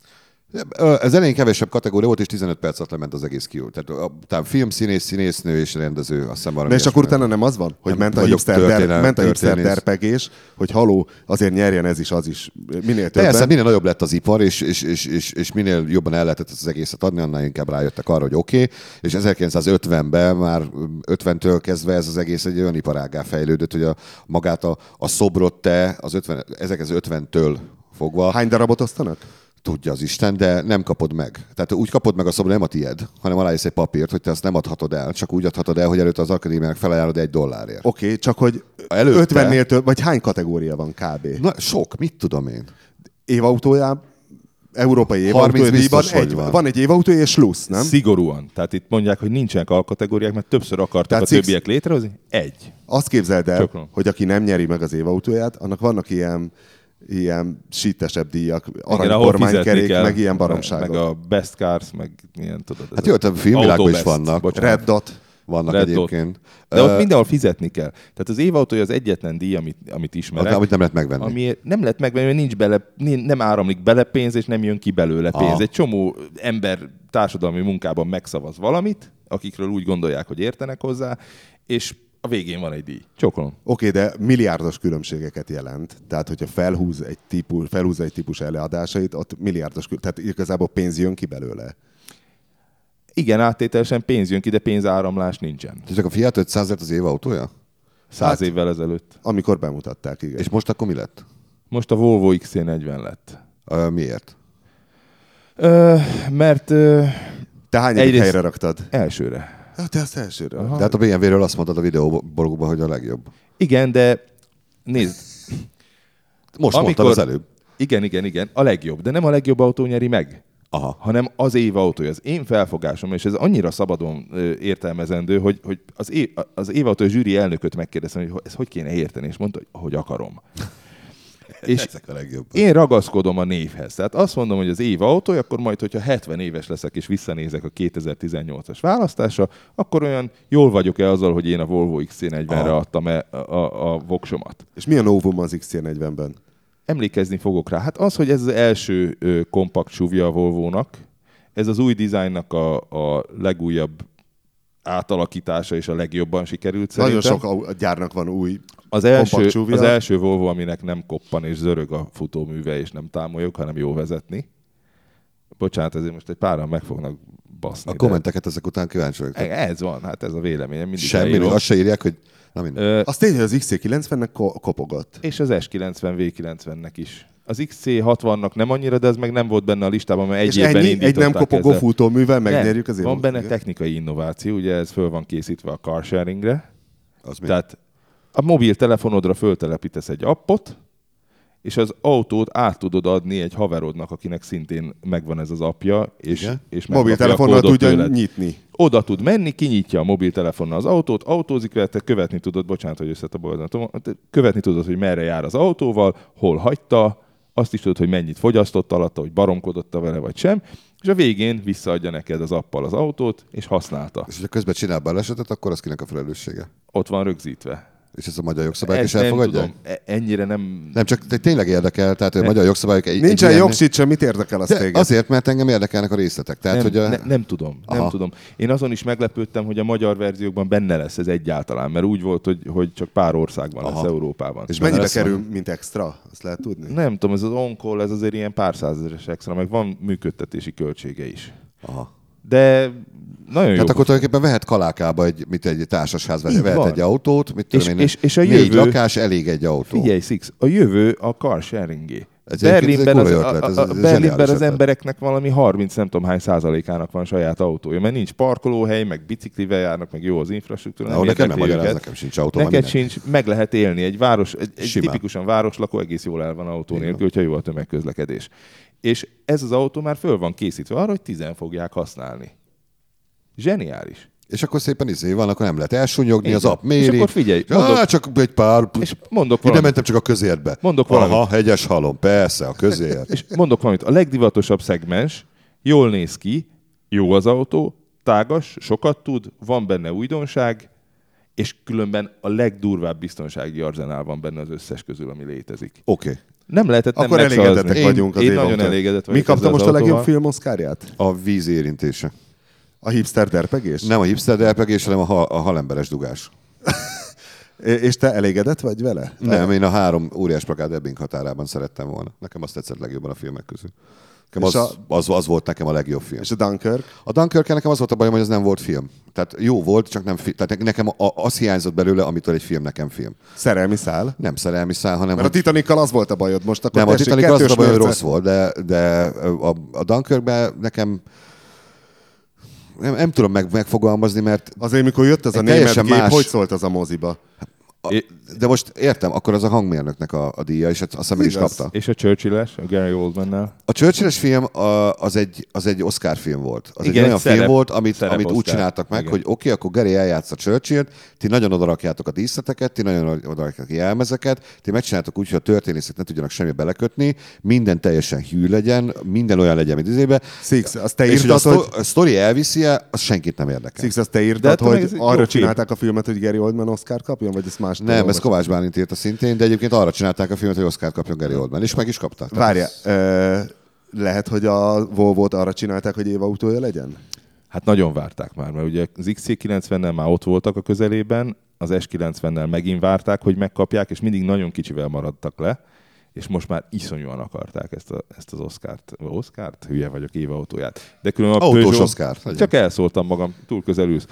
Az elején kevesebb kategória volt, és 15 perc alatt lement az egész kiút. Tehát utána film, színész, színésznő és rendező, azt hiszem valami és ilyesmi. akkor utána nem az van, hogy Nem ment a vagyok hipster történész. derpegés, hogy haló, azért nyerjen ez is, az is, minél többen. Persze, minél nagyobb lett az ipar, és minél jobban el lehetett az egészet adni, annál inkább rájöttek arra, hogy oké. És 1950-ben, már 50-től kezdve ez az egész egy olyan iparággá fejlődött, hogy magát a szobrot te az 1950-től fogva Hány darabot osztanak? tudja az Isten, de nem kapod meg. Tehát úgy kapod meg a szobrot, nem a tied, hanem aláírsz egy papírt, hogy te azt nem adhatod el, csak úgy adhatod el, hogy előtt az akadémiának felajánlod $1. Oké, csak hogy Előtte- 50-nél több, vagy hány kategória van kb? Na, sok, mit tudom én. Évautójában, európai 30 évautói díjban biztos, hogy van. van egy évautói és slusz, nem? Szigorúan. Tehát itt mondják, hogy nincsenek alkategóriák, mert többször akartak Tehát a többiek létrehozni. Egy. Azt képzeld el, Csokron. hogy aki nem nyeri meg az évautóját, annak vannak ilyen sítesebb díjak, Igen, ahol aranykormánykerék, fizetni kell, meg ilyen baromságok. meg a Best Cars, meg ilyen, tudod. Hát jó, a filmvilágban is Autobest, vannak. bocsánat. Red Dot. Vannak Red Dot. egyébként. De ott mindenhol fizetni kell. Tehát az évautója az egyetlen díj, amit ismerek. Amit nem lehet megvenni. Ami nem lehet megvenni, mert nincs bele, nem áramlik bele pénz, és nem jön ki belőle pénz. Aha. Egy csomó ember társadalmi munkában megszavaz valamit, akikről úgy gondolják, hogy értenek hozzá, és a végén van egy díj. Csokolom. Oké, de milliárdos különbségeket jelent. Tehát, hogyha felhúzza egy típus előadásait, ott milliárdos tehát igazából pénz jön ki belőle. Igen, áttételesen pénz jön ki, de pénzáramlás nincsen. Csak a Fiat 500 lett az év autója? 100 évvel ezelőtt. Amikor bemutatták, igen. És most akkor mi lett? Most a Volvo XC40 lett. Miért? Mert Te hányadik egyrészt- helyre raktad? elsőre. Ja, te azt elsőre. Aha. De hát a BMW-ről azt mondtad a videóborgóban, hogy a legjobb. Igen, de nézd, Most mondtad az előbb. Igen, a legjobb. De nem a legjobb autó nyeri meg, Aha. hanem az év autója. Az én felfogásom, és ez annyira szabadon értelmezendő, hogy az évautó zsűri elnököt megkérdeztem, hogy ezt hogy kéne érteni, és mondta, hogy akarom. És Ezek a legjobb. én ragaszkodom a névhez. Tehát azt mondom, hogy az év autója, akkor majd, hogyha 70 éves leszek, és visszanézek a 2018-as választásra, akkor olyan jól vagyok-e azzal, hogy én a Volvo XC40-re adtam a voksomat. És mi a novum az XC40-ben? Emlékezni fogok rá. Hát az, hogy ez az első kompakt SUV-ja a Volvo-nak, ez az új dizájnnak a legújabb átalakítása és a legjobban sikerült szerintem. Nagyon sok gyárnak van új Az kompakt SUV-ja. első Volvo, aminek nem koppan és zörög a futóműve, és nem támolyog, hanem jó vezetni. Bocsánat, ezért most egy páran meg fognak baszni. A kommenteket ezek után kíváncsi vagyok. Ez van, hát ez a véleményem. Mindig Semmi, leírom. azt se írják, hogy... Na minden. Azt tény, hogy az XC90-nek kopogott. És az S90 V90-nek is Az XC60-nak nem annyira, de ez meg nem volt benne a listában, mert egy évben indították egy nem kopogó ezzel. futóművel megnyerjük az Van évot. benne technikai innováció, ugye ez föl van készítve a carsharingre. Az mi? Tehát a mobiltelefonodra föltelepítesz egy appot, és az autót át tudod adni egy haverodnak, akinek szintén megvan ez az appja, és megkapja a Mobiltelefonnal kódot tudja tőled. nyitni. Oda tud menni, kinyitja a mobiltelefonnal az autót, autózik vele, te követni tudod, bocsánat, hogy összetabolodom, követni tudod, hogy merre jár az autóval, hol hagyta, azt is tudod, hogy mennyit fogyasztott alatta, hogy baromkodott vele, vagy sem, és a végén visszaadja neked az appal az autót, és használta. És ha közben csinál balesetet, akkor az kinek a felelőssége? Ott van rögzítve. És ezt a magyar jogszabályok is Ezt nem elfogadják? tudom, ennyire nem... Nem, csak tényleg érdekel, tehát a magyar jogszabályok... Nincsen jogsit sem, mit érdekel az de téged? azért, mert engem érdekelnek a részletek. Tehát, hogy Nem tudom. Én azon is meglepődtem, hogy a magyar verziókban benne lesz ez egyáltalán, mert úgy volt, hogy csak pár országban lesz Európában. És Mennyibe lesz kerül, mint extra? Azt lehet tudni? Nem tudom, ez az on-call, ez azért ilyen pár százezeres extra, meg van működtetési költsége is. Aha. De nagyon jó. Tehát akkor tulajdonképpen vehet Kalákába egy társasház, Így vehet van. egy autót, mit tudom én, és a 4 jövő- lakás, elég egy autó. Figyelj, Six, a jövő a car sharingé. Ez egyébként egy kurva ötlet, ez Berlinben zseniális az ötlet. embereknek valami 30 nem tudom hány százalékának van saját autója, mert nincs parkolóhely, meg biciklivel járnak, meg jó az infrastruktúra. Na, nekem nem érdekli magyaráz, őket. nekem sincs autó. Neked sincs, meg lehet élni. Egy város, egy Simán. tipikusan városlakó egész jól el van autó nélkül, hogyha jó a tömegközlekedés. És ez az autó már föl van készítve arra, hogy 10 fogják használni. Zseniális. És akkor szépen van, akkor nem lehet elsúnyogni, az app És méri. akkor figyelj, Csak egy pár... és mondok Ide valamit. mentem csak a közértbe. Mondok valamit. Aha, hegyes halom, persze, a közért. És mondok valamit, a legdivatosabb szegmens, jól néz ki, jó az autó, tágas, sokat tud, van benne újdonság, és különben a legdurvább biztonsági arzenál van benne az összes közül, ami létezik. Oké. Nem lehetett nem Akkor megszavazni. elégedettek vagyunk az Én évonktól. nagyon elégedett Mi vagyok. kapta ezzel most az a legjobb autóval. film Oscarját? A víz érintése. A hipster derpegés? Nem a hipster delpegés, hanem a halemberes dugás. És te elégedett vagy vele? Nem, én a 3 óriás plakát Ebbing határában szerettem volna. Nekem azt tetszett legjobban a filmek közül. Nekem És az volt nekem a legjobb film. És a Dunkirk? A Dunkirk nekem az volt a bajom, hogy ez nem volt film. Tehát jó volt, csak nem film. Tehát nekem az hiányzott belőle, amitől egy film nekem film. Szerelmi szál? Nem szerelmi szál, hanem... Mert a Titanikkal az volt a bajod most, akkor nem, a tessék, Titanic az kettős a baj, hogy mérce. rossz volt, de a Dunkirkben nekem nem tudom megfogalmazni, mert Azért, mikor jött az a Egy német teljesen gép, más- hogy szólt az a moziba? de most értem, akkor az a hangmérnöknek a díja, és azt hiszem meg is Igaz. kapta. És a Churchill-es, a Gary Oldman-nel. A Churchill-es film az egy Oscar film volt. Az Igen, egy olyan egy szerep- film volt, amit szerep úgy Oscar. csináltak meg, Igen. hogy oké, akkor Gary eljátsza Churchill-t, ti nagyon odarakjátok a díszleteket, ti nagyon odarakjátok a jelmezeket, ti megcsináltok úgy, hogy a történészek ne tudjanak semmi belekötni, minden teljesen hű legyen, minden olyan legyen, mint izébe. Six, azt te És hogy írtad, hogy... a sztori elviszi-e, az senkit nem érdekel. Six, azt te De írtad, attól meg hogy ez egy arra jó csinálták a filmet, hogy Gary Oldman Oscar kapjon, vagy ezt más? Nem, ez Kovács Bálint írta szintén, de egyébként arra csinálták a filmet, hogy Oscar kapjon Gary Oldman, és meg is kapták. Várja, lehet, hogy a Volvo-t arra csinálták, hogy évautója legyen? Hát nagyon várták már, mert ugye az XC90-nel már ott voltak a közelében, az S90-nel megint várták, hogy megkapják, és mindig nagyon kicsivel maradtak le, és most már iszonyúan akarták ezt az Oscart, hülye vagyok, évautóját. De különben a Autós Peugeot, Oscart, legyen. csak elszóltam magam, túl közel ülsz.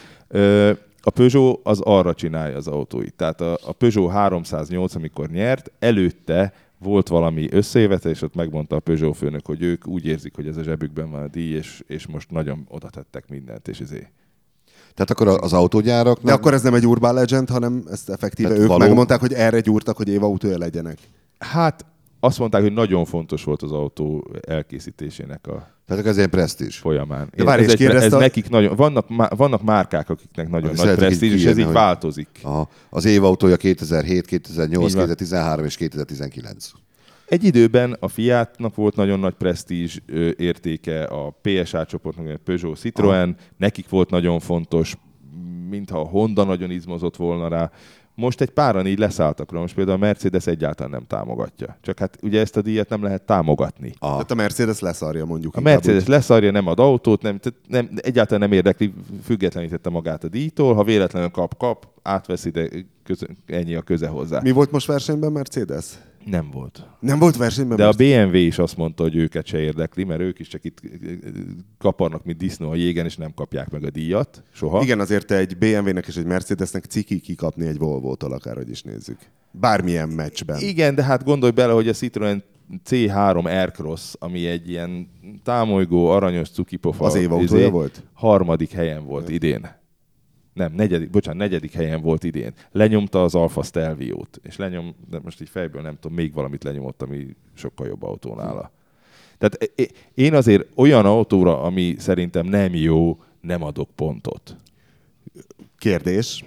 A Peugeot az arra csinálja az autóit. Tehát a Peugeot 308, amikor nyert, előtte volt valami összejövetel, és ott megmondta a Peugeot főnök, hogy ők úgy érzik, hogy ez a zsebükben van a díj, és most nagyon oda tettek mindent, és Tehát akkor az autógyárak... De akkor ez nem egy urban legend, hanem ezt effektíve Tehát ők való- megmondták, hogy erre gyúrtak, hogy évautója legyenek. Hát azt mondták, hogy nagyon fontos volt az autó elkészítésének a Tehát ez ilyen presztízs. folyamán. De várj, és ez kérdezte a- nekik nagyon, vannak márkák, akiknek nagyon nagy Szeretnék így presztízs, és ez kijönni, így hogy- változik. Aha. Az évautója 2007, 2008, Így van. 2013 és 2019. Egy időben a Fiatnak volt nagyon nagy presztízs értéke, a PSA csoportnak, a Peugeot Citroën, nekik volt nagyon fontos, mintha a Honda nagyon izmozott volna rá. Most egy páran így leszálltak rá, most például a Mercedes egyáltalán nem támogatja. Csak hát ugye ezt a díjat nem lehet támogatni. Tehát a Mercedes leszarja mondjuk. A inkább Mercedes úgy. leszarja, nem ad autót, nem, egyáltalán nem érdekli, függetlenítette magát a díjtól, ha véletlenül kap, átveszi, de ennyi a köze hozzá. Mi volt most versenyben Mercedes? Nem volt. Nem volt versenyben De a Mercedes? BMW is azt mondta, hogy őket se érdekli, mert ők is csak itt kaparnak, mint disznó a jégen, és nem kapják meg a díjat soha. Igen, azért egy BMW-nek és egy Mercedesnek ciki kikapni egy Volvo-tól, akárhogy is nézzük. Bármilyen meccsben. Igen, de hát gondolj bele, hogy a Citroën C3 Aircross, ami egy ilyen támolygó, aranyos cukipofa. Az évautója volt? Harmadik helyen volt idén. Nem, negyedik helyen volt idén. Lenyomta az Alfa Stelviót, és de most így fejből nem tudom, még valamit lenyomott, ami sokkal jobb autó nála. Tehát én azért olyan autóra, ami szerintem nem jó, nem adok pontot. Kérdés.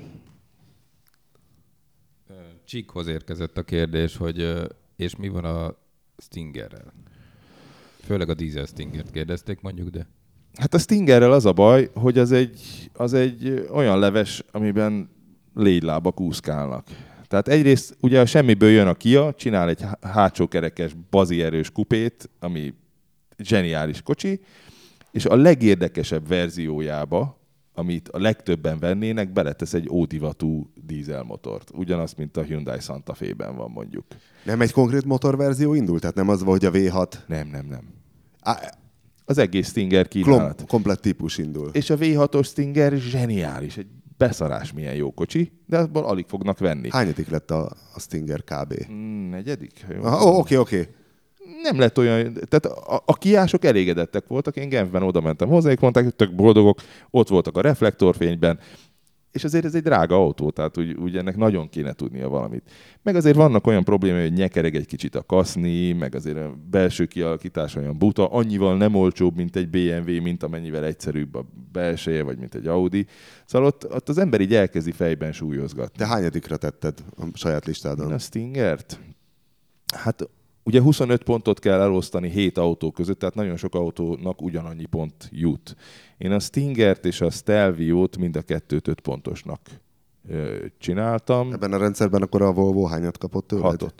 Csíkhoz érkezett a kérdés, hogy és mi van a Stingerrel? Főleg a dízel Stingert kérdezték mondjuk, de... Hát a Stingerrel az a baj, hogy az egy olyan leves, amiben légylábak úszkálnak. Tehát egyrészt ugye a semmiből jön a Kia, csinál egy hátsó kerekes, bazierős kupét, ami zseniális kocsi, és a legérdekesebb verziójába, amit a legtöbben vennének, beletesz egy ódivatú dízelmotort. Ugyanazt, mint a Hyundai Santa Fe-ben van mondjuk. Nem egy konkrét motorverzió indult? Tehát nem az, hogy a V6... Nem. Az egész Stinger kínálat. Komplett típus indul. És a V6-os Stinger zseniális, egy beszarás milyen jó kocsi, de abból alig fognak venni. Hányadik lett a Stinger kb? Negyedik? Oké. Nem lett olyan, tehát a kiások elégedettek voltak, én Genfben oda mentem hozzájuk, mondták, hogy tök boldogok, ott voltak a reflektorfényben, és azért ez egy drága autó, tehát úgy ennek nagyon kéne tudnia valamit. Meg azért vannak olyan problémák, hogy nyekereg egy kicsit a kaszni, meg azért a belső kialakítás olyan buta, annyival nem olcsóbb, mint egy BMW, mint amennyivel egyszerűbb a belseje, vagy mint egy Audi. Szóval ott az ember így elkezdi fejben súlyozgatni. Te hányadikra tetted a saját listádon? A Stingert? Hát ugye 25 pontot kell elosztani 7 autó között, tehát nagyon sok autónak ugyanannyi pont jut. Én a Stingert és a Stelviót mind a kettőt 5 pontosnak csináltam. Ebben a rendszerben akkor a Volvo hányat kapott tőled? 6-ot.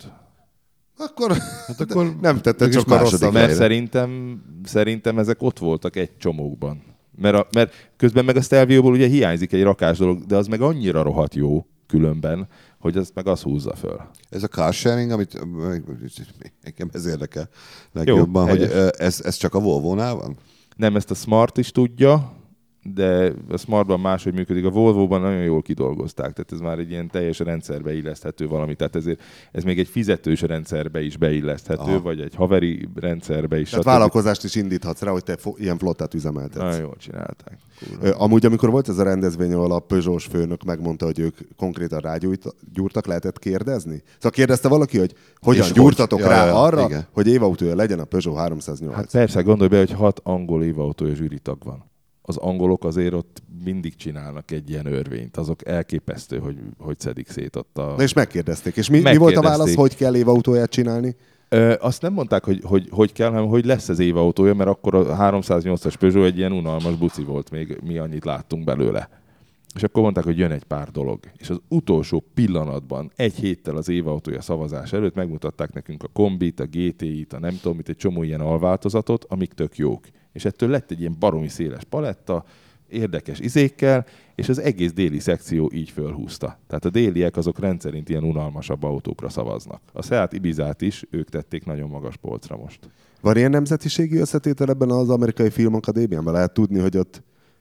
Akkor nem tetted csak a rosszabb. Mert szerintem ezek ott voltak egy csomókban. Mert közben meg a Stelvióból ugye hiányzik egy rakás dolog, de az meg annyira rohadt jó különben, hogy az meg az húzza föl. Ez a car sharing, amit engem ez érdekel legjobban, jó, hogy ez csak a Volvo-nál van? Nem, ezt a Smart is tudja, de a Smartban máshogy működik. A Volvo-ban nagyon jól kidolgozták, tehát ez már egy ilyen teljes rendszerbe illeszthető valami, tehát ezért ez még egy fizetős rendszerbe is beilleszthető, vagy egy haveri rendszerbe is. Tehát vállalkozást is indíthatsz rá, hogy te ilyen flottát üzemeltetsz. Nagyon jól csinálták. Amúgy, amikor volt ez a rendezvény, ahol a Peugeot-s főnök megmondta, hogy ők konkrétan rágyúrtak, lehetett kérdezni? Szóval kérdezte valaki, hogy hogyan gyúrtatok rá arra, igen, hogy évautója legyen a Peugeot 308? Hát persze, gondolj be, hogy 6 angol évautója zsűritag van. Az angolok azért ott mindig csinálnak egy ilyen örvényt. Azok elképesztő, hogy szedik szét ott a... Na és megkérdezték. És mi volt a válasz, hogy kell évautóját csinálni? Azt nem mondták, hogy kell, hanem hogy lesz az évautója, mert akkor a 308-as Peugeot egy ilyen unalmas buci volt, még mi annyit láttunk belőle. És akkor mondták, hogy jön egy pár dolog. És az utolsó pillanatban, egy héttel az évautója szavazás előtt megmutatták nekünk a kombit, a GTI-t, a nem tudom mit, egy csomó ilyen alváltozatot, amik tök jók. És ettől lett egy ilyen baromi széles paletta, érdekes izékkel, és az egész déli szekció így fölhúzta. Tehát a déliek azok rendszerint ilyen unalmasabb autókra szavaznak. A Seat Ibizát is ők tették nagyon magas polcra most. Van ilyen nemzetiségi összetétel ebben az amerikai filmakadémiában? Lehet tudni, hogy ott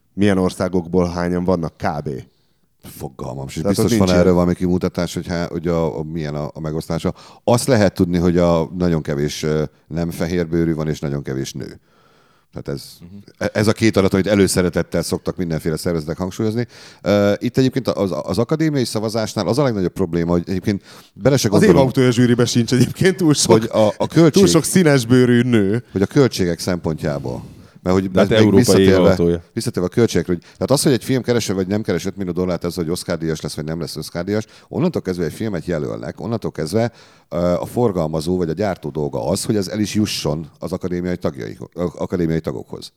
milyen országokból hányan vannak kb. Fogalmam, és biztos van erről valami kimutatás, hogy milyen a megosztása. Azt lehet tudni, hogy a nagyon kevés nem fehérbőrű van, és nagyon kevés nő. Tehát ez a két adat, amit előszeretettel szoktak mindenféle szervezetek hangsúlyozni. Itt egyébként az akadémiai szavazásnál az a legnagyobb probléma, hogy egyébként bele se gondolom... Az évautója zsűriben sincs egyébként túl sok, hogy a költség, túl sok színesbőrű nő. Hogy a költségek szempontjából. Mert hogy tehát európai visszatérve a költségekre, hogy tehát az, hogy egy film keres vagy nem keres 5 millió dollárt, az, hogy Oscar-díjas lesz, vagy nem lesz Oscar-díjas, onnantól kezdve egy filmet jelölnek, onnantól kezdve a forgalmazó vagy a gyártó dolga az, hogy ez el is jusson az akadémiai tagokhoz.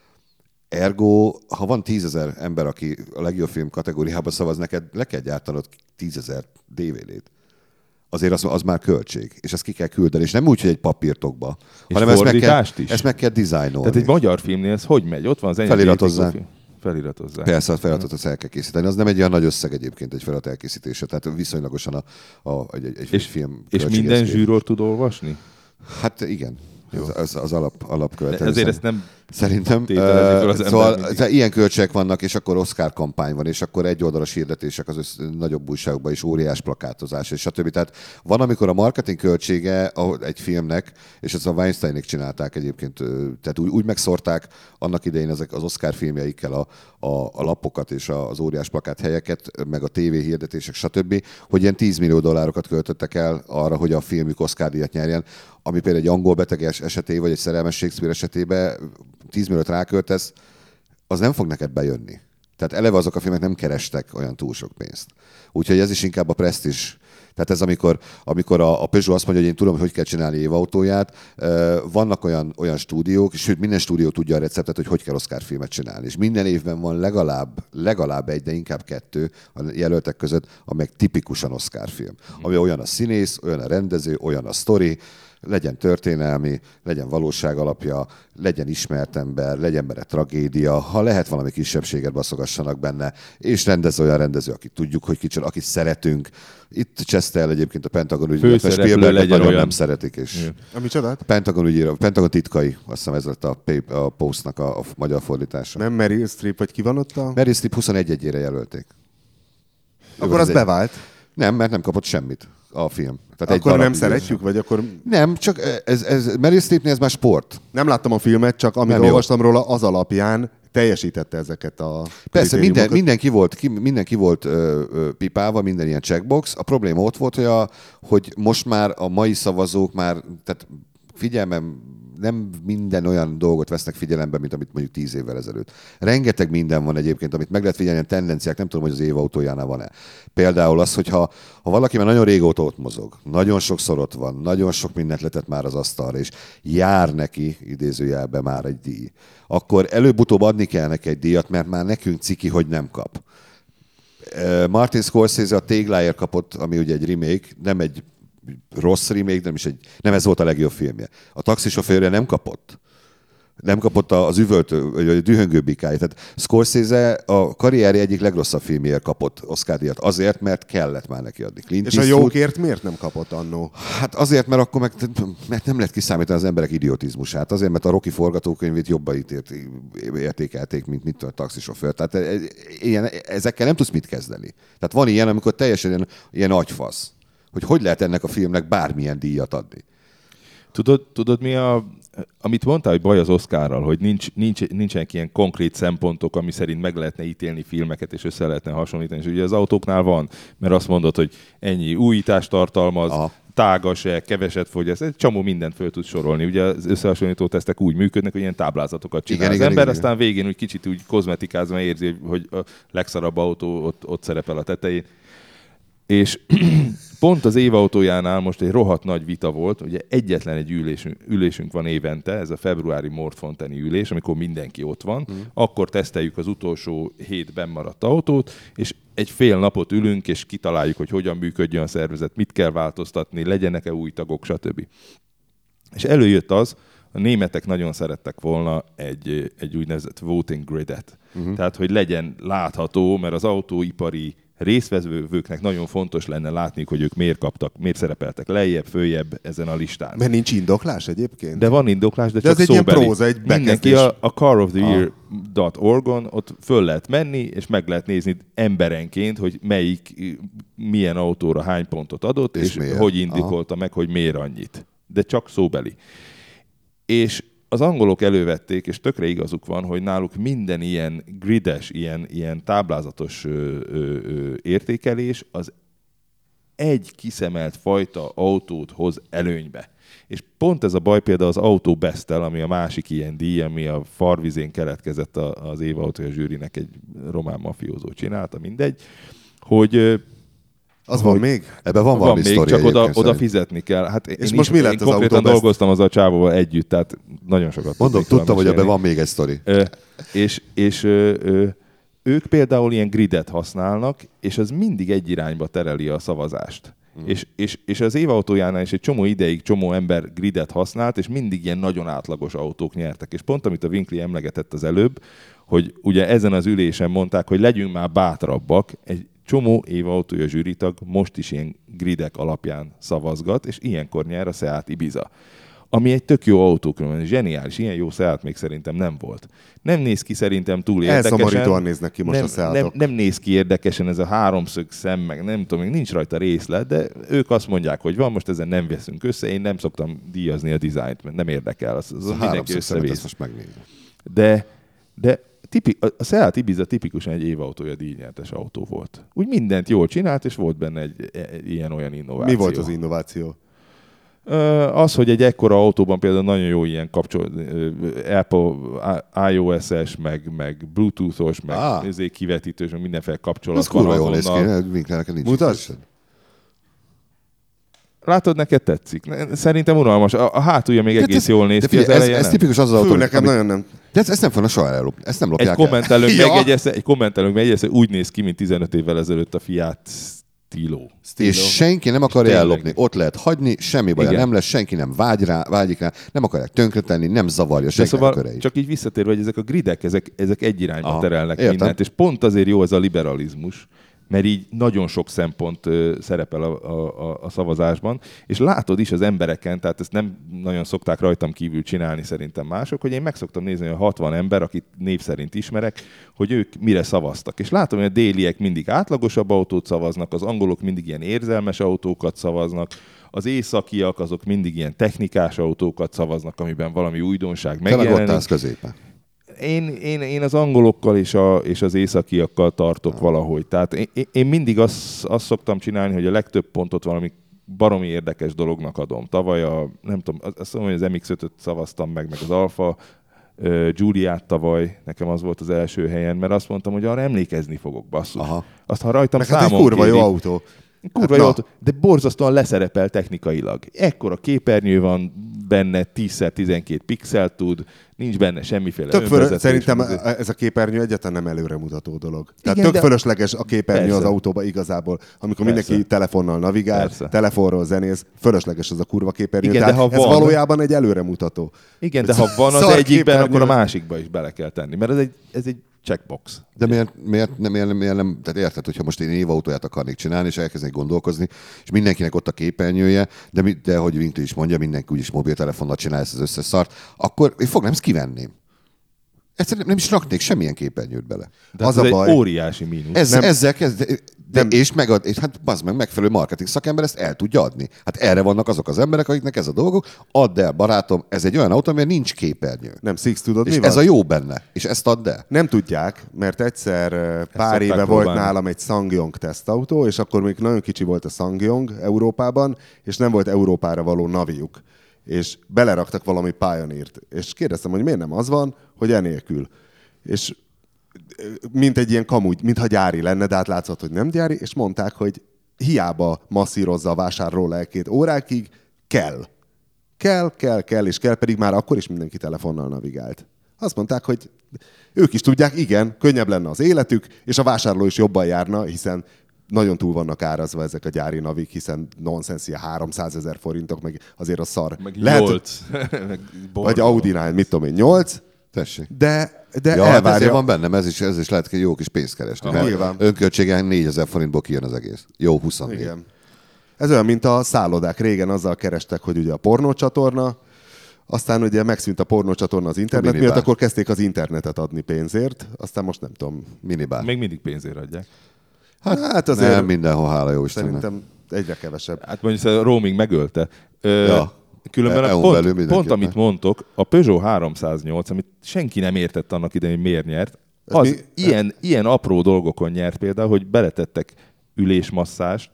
Ergo, ha van 10 000 ember, aki a legjobb film kategóriában szavaz, neked le kell gyártanod 10 000 DVD-t. Azért az már költség, és ezt ki kell küldeni, és nem úgy, hogy egy papírtokba, hanem ezt meg kell dizájnolni. Tehát egy magyar filmnél ez hogy megy? Ott van az feliratozzák. Persze, a feliratot azt el kell készíteni. Az nem egy olyan nagy összeg egyébként egy felirat elkészítése, tehát viszonylagosan egy film. És minden zsűror tud olvasni? Hát igen. Az alapkövetelés. Ezért ezt nem Szerintem. Tételezik fel az ember mindig. Ilyen költségek vannak, és akkor Oscar kampány van, és akkor egyoldalas hirdetések az nagyobb újságokban is, óriás plakátozás, és stb. Tehát van, amikor a marketing költsége egy filmnek, és ezt a Weinsteinék csinálták egyébként, tehát úgy megszórták annak idején ezek az Oscar filmjeikkel a lapokat és az óriás plakát helyeket, meg a TV hirdetések, stb., hogy ilyen 10 millió dollárokat költöttek el arra, hogy a filmük Oscar-díjat nyerjen, ami például egy angol beteg esetében, vagy egy szerelmes Shakespeare esetében 10 milliót ráköltesz, az nem fog neked bejönni. Tehát eleve azok a filmek nem kerestek olyan túl sok pénzt. Úgyhogy ez is inkább a presztízs. Tehát ez amikor a Peugeot azt mondja, hogy én tudom, hogy kell csinálni évautóját, vannak olyan stúdiók, és sőt minden stúdió tudja a receptet, hogy kell Oscar filmet csinálni. És minden évben van legalább egy, de inkább 2 a jelöltek között, amely tipikusan Oscar film. Ami olyan a színész, olyan a rendező, olyan a sztori, legyen történelmi, legyen valóság alapja, legyen ismert ember, legyen benne tragédia, ha lehet valami kisebbséget baszogassanak benne, és olyan rendező, akit tudjuk, hogy kicsit, akit szeretünk. Itt cseszte el egyébként a Pentagon ügyéről, mert Spielberget nagyon nem szeretik. És Ami csodát? Pentagon titkai, azt hiszem ez lett a Postnak a magyar fordítása. Nem Meryl Streep, vagy ki van ott a... Meryl Streep 21-ére jelölték. Akkor az bevált. Nem, mert nem kapott semmit a film. Tehát akkor nem szeretjük, vagy akkor... Nem, csak ez Meryl Streepnél ez már sport. Nem láttam a filmet, csak amit olvastam róla, az alapján teljesítette ezeket a... Persze, mindenki volt pipálva, minden ilyen checkbox. A probléma ott volt, hogy most már a mai szavazók már, tehát figyelmem, nem minden olyan dolgot vesznek figyelembe, mint amit mondjuk 10 évvel ezelőtt. Rengeteg minden van egyébként, amit meg lehet figyelni, a tendenciák, nem tudom, hogy az évautójánál van-e. Például az, hogy ha valaki már nagyon régóta ott mozog, nagyon sokszor ott van, nagyon sok mindent letett már az asztalra, és jár neki, idézőjelben már egy díj, akkor előbb-utóbb adni kell neki egy díjat, mert már nekünk ciki, hogy nem kap. Martin Scorsese a Tégláért kapott, ami ugye egy remake, nem egy rossz remake, nem ez volt a legjobb filmje. A taxisofőrje nem kapott. Nem kapott az üvöltő, vagy a dühöngő bikáját. Tehát Scorsese a karrierje egyik legrosszabb filmjéért kapott Oscar-díjat. Azért, mert kellett már neki adni. Clint és a jókért miért nem kapott annó? Hát azért, mert akkor mert nem lehet kiszámítani az emberek idiotizmusát. Azért, mert a Rocky forgatókönyvét jobban értékelték, mint a taxisofőr. Tehát ezekkel nem tudsz mit kezdeni. Tehát van ilyen, amikor teljesen ilyen agyfasz. Hogy lehet ennek a filmnek bármilyen díjat adni. Tudod mi amit mondtál, hogy baj az Oscarral, hogy nincsenek ilyen konkrét szempontok, ami szerint meg lehetne ítélni filmeket, és össze lehetne hasonlítani. És ugye az autóknál van, mert azt mondod, hogy ennyi újítást tartalmaz, tágas-e, keveset fogyaszt, egy csomó mindent föl tud sorolni. Ugye az összehasonlító tesztek úgy működnek, hogy ilyen táblázatokat csinál az ember, aztán végén úgy kicsit úgy kozmetikázva érzi, hogy a legszarabb autó ott szerepel a tetején. És pont az évautójánál most egy rohadt nagy vita volt, ugye egyetlen egy ülésünk van évente, ez a februári Mordfonteni ülés, amikor mindenki ott van, akkor teszteljük az utolsó 7 bennmaradt autót, és egy fél napot ülünk, és kitaláljuk, hogy hogyan működjön a szervezet, mit kell változtatni, legyenek-e új tagok, stb. És előjött az, a németek nagyon szerettek volna egy úgynevezett voting gridet. Tehát, hogy legyen látható, mert az autóipari résztvevőknek nagyon fontos lenne látni, hogy ők miért szerepeltek lejjebb, följebb ezen a listán. Mert nincs indoklás egyébként? De van indoklás, de csak ez egy szóbeli. Ilyen próza, egy mindenki a caroftheyear.org-on ott föl lehet menni, és meg lehet nézni emberenként, hogy milyen autóra hány pontot adott, és hogy indokolta meg, hogy miért annyit. De csak szóbeli. És az angolok elővették, és tökre igazuk van, hogy náluk minden ilyen grides, ilyen táblázatos értékelés az egy kiszemelt fajta autót hoz előnybe. És pont ez a baj például az Auto Best-tel, ami a másik ilyen díj, ami a Farvizén keletkezett az évautója zsűrinek egy román mafiózó csinálta, mindegy, hogy az van még? Ebben van valami még, sztori. Csak oda fizetni kell. Hát és most mi lett az konkrétan dolgoztam az a csávóval együtt, tehát nagyon sokat tudtam, hogy ebben van még egy sztori. És ők például ilyen gridet használnak, és az mindig egy irányba tereli a szavazást. És az évautójánál is egy csomó ideig csomó ember gridet használt, és mindig ilyen nagyon átlagos autók nyertek. És pont amit a Winkli emlegetett az előbb, hogy ugye ezen az ülésen mondták, hogy legyünk már bátrabbak, egy csomó évautója zsűritag most is ilyen gridek alapján szavazgat, és ilyenkor nyer a Seat Ibiza. ami egy tök jó autó, zseniális, ilyen jó Seat még szerintem nem volt. Nem néz ki szerintem túl érdekesen. Elszomorítóan néznek ki most a Seatok. Nem néz ki érdekesen ez a háromszög szem, meg nem tudom, még nincs rajta részlet, de ők azt mondják, hogy van, most ezen nem veszünk össze, én nem szoktam díjazni a dizájnt, mert nem érdekel, az mindenki összevész. Most megnézem. De a Seat Ibiza tipikusan egy évautója díjnyertes autó volt. Úgy mindent jól csinált, és volt benne egy ilyen-olyan innováció. Mi volt az innováció? Az, hogy egy ekkora autóban például nagyon jó ilyen Apple iOS-es, meg Bluetooth-os, meg kivetítős, meg mindenféle kapcsolat. Az kurva jól néz ki, Winklernek nincs. Mutasd! Látod, neked tetszik? Szerintem unalmas. A hátulja még egész jól néz ki. Ez tipikus az autó. Nekem nagyon nem. De ezt nem fognak soha ellopni. Ezt nem lopják Egy kommentelőnk megjegyezte, úgy néz ki, mint 15 évvel ezelőtt a Fiat Stilo. És senki nem akarja ellopni. Ott lehet hagyni, semmi baja nem lesz, senki nem vágyik rá, nem akarják tönkretenni, nem zavarja senki a köreit. Csak így visszatérve, hogy ezek a gridek, ezek egy irányba terelnek mindent, és pont azért jó ez a liberalizmus, mert így nagyon sok szempont szerepel a szavazásban, és látod is az embereken, tehát ezt nem nagyon szokták rajtam kívül csinálni szerintem mások, hogy én meg szoktam nézni, hogy a 60 ember, akit név szerint ismerek, hogy ők mire szavaztak. És látom, hogy a déliek mindig átlagosabb autót szavaznak, az angolok mindig ilyen érzelmes autókat szavaznak, az északiak azok mindig ilyen technikás autókat szavaznak, amiben valami újdonság megjelenik. Te meg ott állsz középen. Én az angolokkal és az északiakkal tartok valahogy. Tehát én mindig azt szoktam csinálni, hogy a legtöbb pontot valami baromi érdekes dolognak adom. Tavaly nem tudom, azt mondom, hogy az MX-5-öt szavaztam meg az Alfa Giuliát tavaly, nekem az volt az első helyen, mert azt mondtam, hogy arra emlékezni fogok, basszus. Aha. Azt, ha rajtam számon egy kurva jó autó. Kurva jó autó, de borzasztóan leszerepel technikailag. Ekkora képernyő van benne, 10x12 pixel tud, nincs benne semmiféle önvezetés. Szerintem ez a képernyő egyáltalán nem előremutató dolog. Tehát tök fölösleges a képernyő az autóba igazából. Amikor mindenki telefonnal navigál, telefonról zenész, fölösleges az a kurva képernyő. Igen, tehát ez valójában egy előremutató. Igen, de ha van az egyikben, akkor a másikba is bele kell tenni. Mert ez egy checkbox. De miért nem, tehát érted, hogyha most én évautóját akarnék csinálni, és elkezdenék gondolkozni, és mindenkinek ott a képernyője, de hogy Winkler is mondja, mindenki úgyis mobiltelefonnal csinálja ezt az összes szart, akkor én fognám, ezt kivenném. Egyszerűen nem is raknék semmilyen képernyőt bele. De az a baj, egy óriási mínusz. Ezzel kezd, és hát bazd meg, megfelelő marketing szakember ezt el tudja adni. Hát erre vannak azok az emberek, akiknek ez a dolgok. Add el, barátom, ez egy olyan autó, amilyen nincs képernyő. Nem, Six, tudod, és mi van? ez a jó benne, és ezt add el. Nem tudják, mert egyszer pár éve volt nálam egy SsangYong tesztautó, és akkor még nagyon kicsi volt a SsangYong Európában, és nem volt Európára való naviuk. És beleraktak valami Pioneert. És kérdeztem, hogy miért nem az van, hogy enélkül. És mint egy ilyen kamugy, mintha gyári lenne, de hát látszott, hogy nem gyári, és mondták, hogy hiába masszírozza a vásárról el 2 órákig, kell, és kell, pedig már akkor is mindenki telefonnal navigált. Azt mondták, hogy ők is tudják, igen, könnyebb lenne az életük, és a vásárló is jobban járna, hiszen nagyon túl vannak árazva ezek a gyári navik, hiszen nonsens, ilyen 300 000 forintok, meg azért a szar. Meg 8. Vagy Audinál, mit tudom én, 8. Tessék. De elvárja. Ezért van bennem, ez is lehet, hogy jó kis pénzt keresni. Nyilván. Önköltségen 4000 forintból kijön az egész. Jó, 24. Igen. Ez olyan, mint a szállodák. Régen azzal kerestek, hogy ugye a pornócsatorna, aztán ugye megszűnt a pornócsatorna az internet miatt, akkor kezdték az internetet adni pénzért, aztán most nem tudom. Minibár. Még mindig pénzért adják. Hát azért nem mindenhol, hála jó Istennek. Szerintem egyre kevesebb. Hát mondjuk a roaming megölte. Különben pont amit mondtok, a Peugeot 308, amit senki nem értett annak idején, hogy miért nyert, az ilyen apró dolgokon nyert például, hogy beletettek ülésmasszást,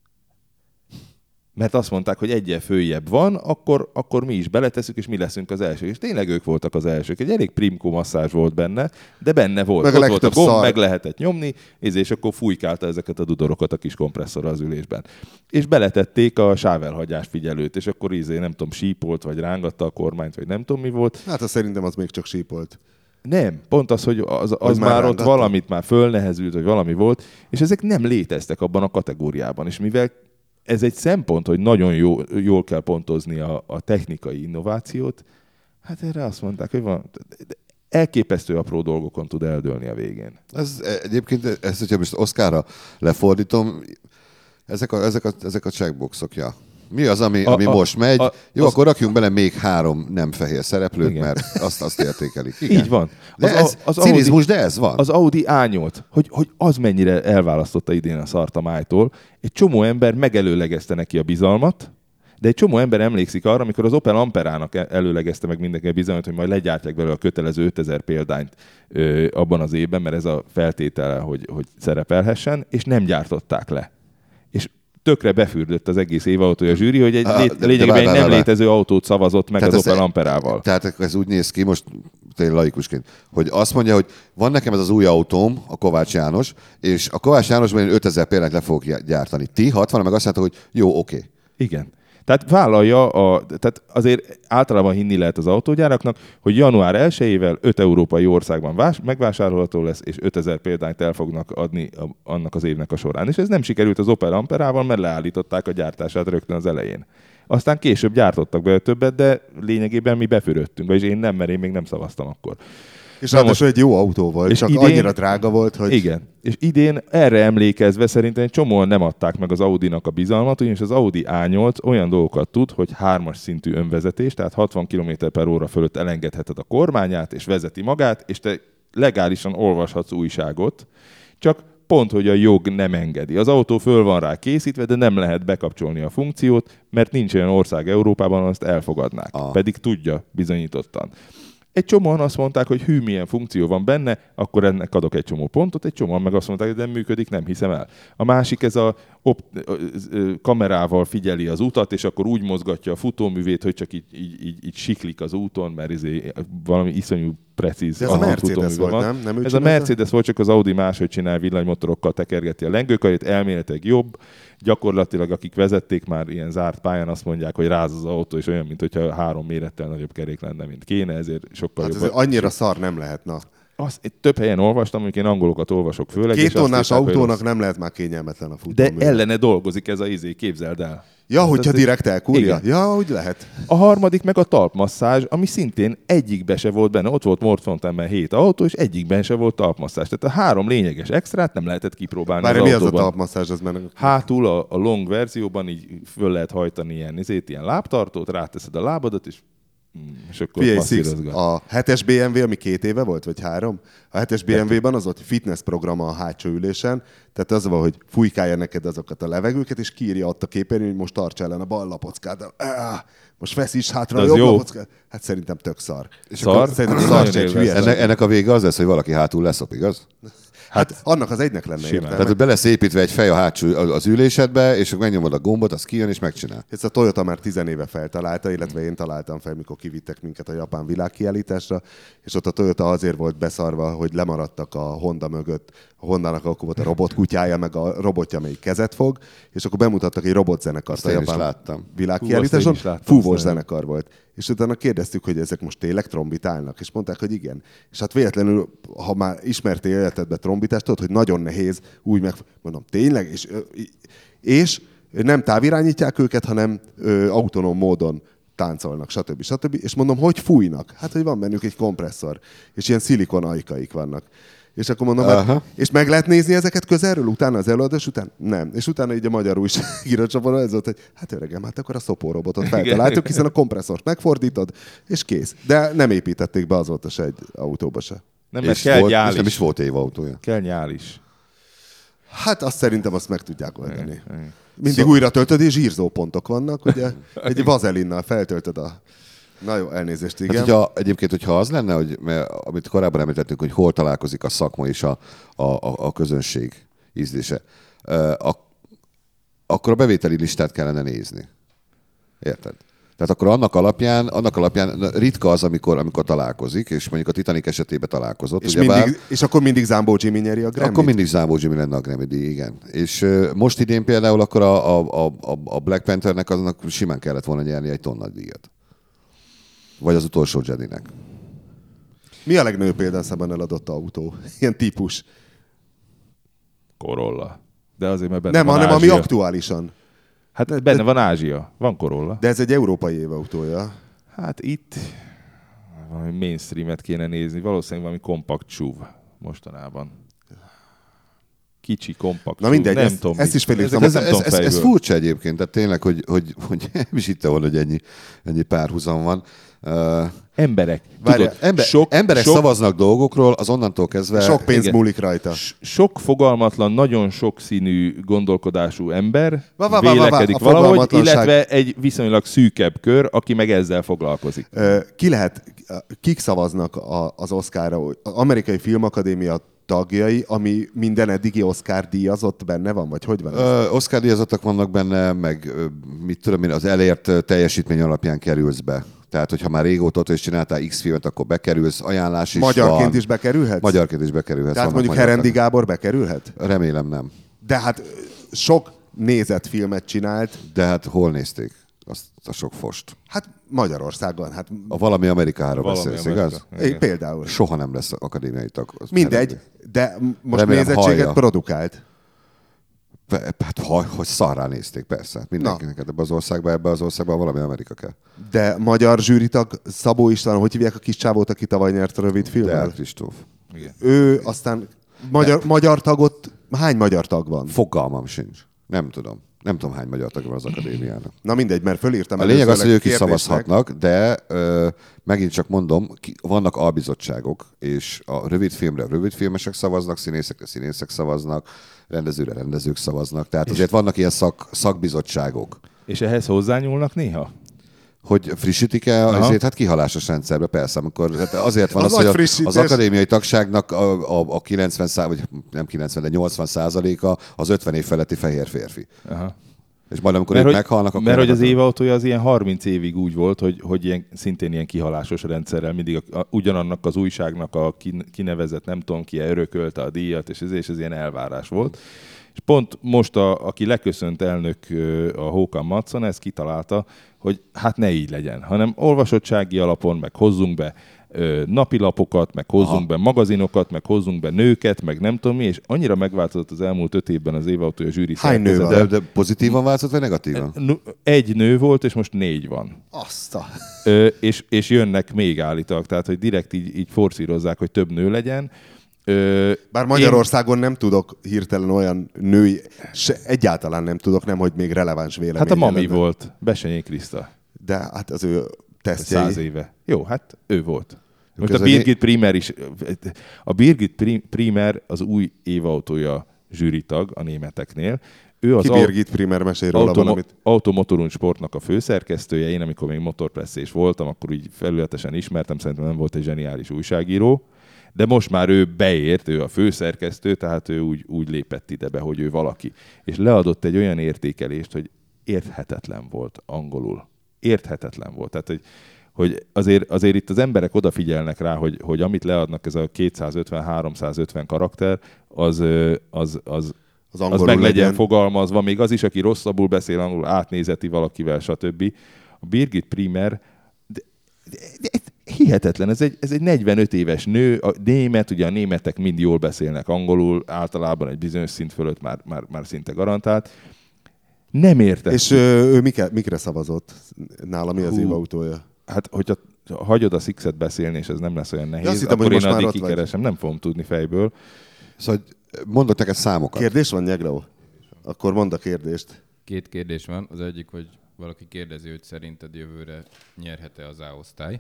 mert azt mondták, hogy egyen följebb van, akkor mi is beleteszünk, és mi leszünk az elsők. És tényleg ők voltak az elsők. Egy elég primkó masszázs volt benne, de benne volt. Meg ott volt a gomb, meg lehetett nyomni, és akkor fújkálta ezeket a dudorokat a kis kompresszor az ülésben. És beletették a sávelhagyás figyelőt, és akkor nem tudom, sípolt, vagy rángatta a kormányt, vagy nem tudom mi volt. Hát szerintem az még csak sípolt. Nem, pont az, hogy az már ott valamit már fölnehezült, vagy valami volt, és ezek nem léteztek abban a kategóriában. És mivel ez egy szempont, hogy nagyon jól kell pontozni a technikai innovációt, hát erre azt mondták, hogy van, elképesztő apró dolgokon tud eldőlni a végén. Egyébként, hogyha most Oscarra lefordítom, ezek a checkboxok, ja. Mi az, ami most megy? Jó, akkor rakjunk bele még 3 nem fehér szereplőt, igen. Mert azt értékelik. Igen. Így van. Az cinizmus, de ez van. Az Audi A8, hogy az mennyire elválasztotta idén a szart a májtól. Egy csomó ember megelőlegezte neki a bizalmat, de egy csomó ember emlékszik arra, amikor az Opel Amperának előlegezte meg mindenki a bizalmat, hogy majd legyártják belőle a kötelező 5000 példányt abban az évben, mert ez a feltétele, hogy szerepelhessen, és nem gyártották le. És tökre befürdött az egész évautója zsűri, hogy lényegében egy nem létező autót szavazott meg tehát az Opel Amperával. Tehát ez úgy néz ki, most tényleg laikusként, hogy azt mondja, hogy van nekem ez az új autóm, a Kovács János, és a Kovács Jánosban én 5000 példányt le fogok gyártani. Ti 60 meg azt mondta, hogy jó, oké. Igen. Tehát vállalja, tehát azért általában hinni lehet az autógyáraknak, hogy január 1-ével 5 európai országban megvásárolható lesz, és 5000 példányt el fognak adni annak az évnek a során. És ez nem sikerült az Opel Amperával, mert leállították a gyártását rögtön az elején. Aztán később gyártottak be többet, de lényegében mi befürödtünk, vagyis én nem, mert én még nem szavaztam akkor. És ráadásul egy jó autó volt, és csak idén, annyira drága volt, hogy... Igen. És idén erre emlékezve szerintem egy csomóan nem adták meg az Audinak a bizalmat, ugyanis az Audi A8 olyan dolgokat tud, hogy 3-as szintű önvezetés, tehát 60 km/h fölött elengedheted a kormányát, és vezeti magát, és te legálisan olvashatsz újságot, csak pont, hogy a jog nem engedi. Az autó föl van rá készítve, de nem lehet bekapcsolni a funkciót, mert nincs olyan ország Európában, ahol azt elfogadnák. Pedig tudja bizonyítottan. Egy csomóan azt mondták, hogy hű, milyen funkció van benne, akkor ennek adok egy csomó pontot, egy csomóan meg azt mondták, hogy nem működik, nem hiszem el. A másik ez a kamerával figyeli az utat, és akkor úgy mozgatja a futóművét, hogy csak így siklik az úton, mert valami iszonyú precíz. De ez a Mercedes volt, van. Nem ez a Mercedes volt, csak az Audi máshogy csinál, villanymotorokkal tekergeti a lengőkarét, elméletileg jobb. Gyakorlatilag akik vezették már ilyen zárt pályán, azt mondják, hogy ráz az autó, és olyan, mintha 3 mérettel nagyobb kerék lenne, mint kéne, ezért sokkal hát jobb. Annyira szar nem lehet, na. Azt több helyen olvastam, hogy én angolokat olvasok főleg. 2 tonnás autónak nem lehet már kényelmetlen a futómű. De ellene dolgozik ez a képzeld el. Ja, hogyha direkt elkúrja? Ja, úgy lehet. A harmadik meg a talpmasszázs, ami szintén egyikben se volt benne. Ott volt Mortfontaine 7 autó, és egyikben se volt talpmasszázs. Tehát a 3 lényeges extrát nem lehetett kipróbálni az autóban. Mi az a talpmasszázs? Hátul a long verzióban így föl lehet hajtani ilyen lábtartót, ráteszed a lábadat, és akkor a 7-es BMW, ami 2 éve volt, vagy 3? A 7-es BMW-ban az ott fitness program a hátsó ülésen, tehát az van, hogy fújkálja neked azokat a levegőket, és kiírja ott a képernyőn, hogy most tarts ellen a bal lapockáddal. Most feszíts hátra a jobb lapockád. Hát szerintem tök szar. Szerintem szar se egy hülye. Ennek a vége az lesz, hogy valaki hátul leszop, igaz? Hát annak az egynek lenne értelme. Tehát, hogy be lesz építve egy fej a hátsó az ülésedbe, és akkor megnyomod a gombot, az kijön és megcsinál. Ezt a Toyota már 10 éve feltalálta, illetve én találtam fel, mikor kivittek minket a japán világkiállításra, és ott a Toyota azért volt beszarva, hogy lemaradtak a Honda mögött. A Hondának akkor volt a robotkutyája, meg a robotja, amelyik kezet fog, és akkor bemutattak egy robotzenekart a japán világkiállításon. Fúvós zenekar volt. És utána kérdeztük, hogy ezek most tényleg trombitálnak, és mondták, hogy igen. És hát véletlenül, ha már ismertél életedbe trombitást, tudod, hogy nagyon nehéz úgy mondom, tényleg? És nem távirányítják őket, hanem autonóm módon táncolnak, stb. És mondom, hogy fújnak? Hát, hogy van bennük egy kompresszor, és ilyen szilikon ajkaik vannak. És akkor mondom, hát, és meg lehet nézni ezeket közelről, utána az előadás után? Nem. És utána így a magyar újságírócsapon ez volt, hogy hát öregem, hát akkor a szopórobotot feltaláltuk, hiszen a kompresszort megfordítod, és kész. De nem építették be azóta se egy autóba se. Nem, mert kell nyál is. Nem is volt évautója. Kell nyál is. Hát azt szerintem azt meg tudják oldani. Mindig újra töltöd, és zsírzópontok vannak, ugye? Egy vazelinnal feltöltöd a... Na jó, elnézést, igen. Hát, hogyha az lenne, hogy, mert, amit korábban említettünk, hogy hol találkozik a szakma és a közönség ízlése, akkor a bevételi listát kellene nézni. Érted? Tehát akkor annak alapján ritka az, amikor találkozik, és mondjuk a Titanic esetében találkozott. És akkor mindig Zambó Jimmy nyeri a Grammy-t? Akkor mindig Zambó Jimmy lenne a Grammy-díj, igen. És most idén például akkor a Black Panthernek aznak simán kellett volna nyerni egy tonnadíjat. Vagy az utolsó Jedinek. Mi a legnagyobb példányszámban eladott autó? Ilyen típus. Corolla. De azért, mert benne nem, van hanem Ázsia. ami aktuálisan. Hát benne van Ázsia. Van Corolla. De ez egy európai évautója. Hát itt valami mainstreamet kéne nézni. Valószínűleg valami kompakt SUV mostanában. kicsi, kompakt. Na mindegy, nem tudom, ezt is felírtam. Ez furcsa egyébként, tehát tényleg, hogy nem is hittem volna, hogy ennyi párhuzam van. Emberek. Várjál, emberek szavaznak dolgokról, az onnantól kezdve... Sok pénz igen. múlik rajta. Sok fogalmatlan, nagyon sokszínű gondolkodású ember a vélekedik valahogy, illetve egy viszonylag szűkebb kör, aki meg ezzel foglalkozik. Kik szavaznak az Oscarra? Az Amerikai Filmakadémia tagjai, ami minden eddigi Oscar díjazott benne van, vagy hogy van ez? Oscar díjazottak vannak benne, meg mit tudom én, az elért teljesítmény alapján kerülsz be. Tehát, hogyha már régóta ott is csináltál X filmet, akkor bekerülsz, ajánlás is Magyarként van. is bekerülhetsz? Magyarként is bekerülhetsz. Tehát mondjuk Herendi Gábor bekerülhet? Remélem nem. De hát sok nézett filmet csinált. De hát hol nézték azt a sok fost? Hát Magyarországon. Hát A valami Amerikára beszélsz, igaz? Például. Soha nem lesz akadémiai tag. Mindegy, de most Remélem, nézettséget hallja. produkált. Hát, hogy szarrá nézték, persze. Mindenkinek ebbe az országban valami Amerika kell. De magyar zsűritag Szabó István, hogy hívják a kis csávót, aki tavaly nyert a rövid filmmel? Deák Kristóf. Ő aztán magyar tagot, hány magyar tag van? Fogalmam sincs. Nem tudom. Nem tudom, hány magyar tag van az akadémiának. Na mindegy, mert fölírtam. A lényeg az, hogy ők is kérdésnek. szavazhatnak, de megint csak mondom, vannak albizottságok, és a rövidfilmre rövidfilmesek szavaznak, színészekre színészek szavaznak, rendezőre rendezők szavaznak. Tehát azért vannak ilyen szakbizottságok. És ehhez hozzányúlnak néha? Hogy frissítik-e azért, hát kihalásos rendszerbe, persze, amikor hát azért van az, hogy az akadémiai tagságnak a 90 vagy nem 90, de 80%-a az 50 év feletti fehér férfi. Aha. És majd amikor ők meghalnak, akkor... Mert hogy az évautója az ilyen 30 évig úgy volt, hogy ilyen, szintén ilyen kihalásos rendszerrel mindig ugyanannak az újságnak a kinevezett, nem tudom ki, örökölte a díjat, és ez ilyen elvárás volt. És pont most, aki leköszönt elnök, a Håkan Mattsson, ezt kitalálta, hogy hát ne így legyen, hanem olvasottsági alapon, meg hozzunk be napilapokat, meg hozzunk be magazinokat, meg hozzunk be nőket, meg nem tudom mi, és annyira megváltozott az elmúlt 5 évben az évautója zsűri szerkezete. De pozitívan változott, vagy negatívan? Egy nő volt, és most 4 van. Azt a... És jönnek még állítólag, tehát hogy direkt így forszírozzák, hogy több nő legyen. Bár Magyarországon nem tudok hirtelen olyan női, egyáltalán nem tudok, nem, hogy még releváns vélemény. Hát a Mami volt, Besenyé Kriszta. De hát az ő tesztjei. 100 éve. Jó, hát ő volt. Most a Birgit Primer is. A Birgit Primer az új évautója zsűritag a németeknél. Ő az Birgit Primer, mesél róla valamit. Automotorund Sportnak a főszerkesztője. Én, amikor még motorpresszés voltam, akkor így felületesen ismertem, szerintem nem volt egy zseniális újságíró. De most már ő beért, ő a főszerkesztő, tehát ő úgy lépett ide be, hogy ő valaki. És leadott egy olyan értékelést, hogy érthetetlen volt angolul. Érthetetlen volt. Tehát, hogy azért itt az emberek odafigyelnek rá, hogy amit leadnak, ez a 250-350 karakter, az meg legyen fogalmazva. Még az is, aki rosszabbul beszél angolul, átnézeti valakivel, stb. A Birgit Primer, hihetetlen, ez egy 45 éves nő, a német, ugye a németek mind jól beszélnek angolul, általában egy bizonyos szint fölött már szinte garantált. Nem értem. És ő mikre szavazott? Nála mi az évautója? Hát, hogyha hagyod a Sixet beszélni, és ez nem lesz olyan nehéz, hittem, akkor én addig kikeresem, nem fogom tudni fejből. Szóval mondok neked számokat. Kérdés van, Nyegló? Akkor mondd a kérdést. 2 kérdés van. Az egyik, hogy valaki kérdezi, hogy szerinted jövőre nyerhet-e az A-osztály?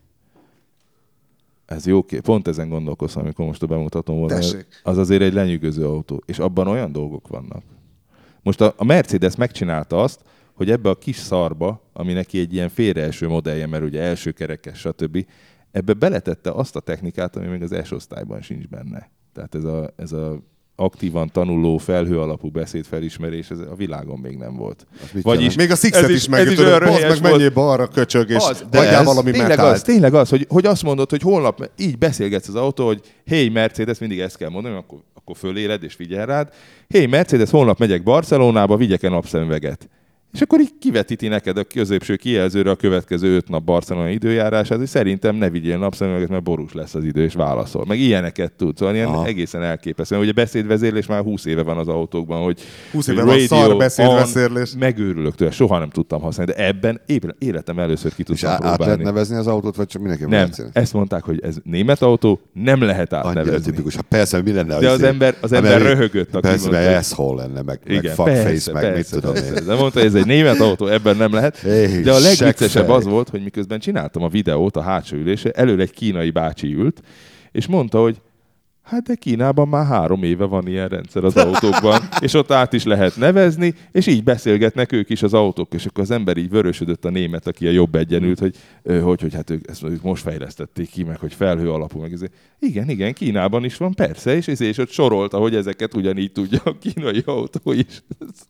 Ez jó, pont ezen gondolkoztam, amikor most a bemutatom volna. Az azért egy lenyűgöző autó, és abban olyan dolgok vannak. Most a Mercedes megcsinálta azt, hogy ebbe a kis szarba, ami neki egy ilyen félreeső modellje, mert ugye első kerekes, stb., ebbe beletette azt a technikát, ami még az S-osztályban sincs benne. Tehát ez a aktívan tanuló, felhő alapú beszédfelismerés, ez a világon még nem volt. Vagyis még a Sixet is megütött, meg menjél balra, köcsög, és hagyjál valami metált. Tényleg az, hogy azt mondod, hogy holnap így beszélgetsz az autó, hogy hey Mercedes, mindig ezt kell mondani, akkor föléred és figyel rád. Hey Mercedes, holnap megyek Barcelonába, vigyek-e napszemüveget? És akkor így kivetíti neked a középső kijelzőre a következő 5 nap Barcelona időjárását, és szerintem ne vigyél napszemüveget, mert borús lesz az idő, és válaszol. Meg ilyeneket tud. Szóval ilyen egészen elképesztő. Ugye beszédvezérlés már 20 éve van az autókban, hogy 20 éve van szar beszédvezérlés. Megőrülök tőle, soha nem tudtam használni, de ebben életem először ki tudtam próbálni. Át lehet nevezni az autót, vagy csak mindenki Nem, ezt mondták, hogy ez német autó, nem lehet átnevezni. Annyira tipikus. Hát persze, mi lenne? De az ember röhögött. Persze, mert asshole lenne, meg fuckface, meg mit tudom én. De mondta, ez egy német autó, ebben nem lehet. De a legviccesebb az volt, hogy miközben csináltam a videót a hátsó ülésre, előre egy kínai bácsi ült, és mondta, hogy hát de Kínában már 3 éve van ilyen rendszer az autókban, és ott át is lehet nevezni, és így beszélgetnek ők is az autók, és akkor az ember így vörösödött a német, aki a jobb egyen ült, hogy hát ők most fejlesztették ki, meg hogy felhő alapú, meg ezért. Igen, Kínában is van, persze, és ott sorolta, hogy ezeket ugyanígy tudja a kínai autó is.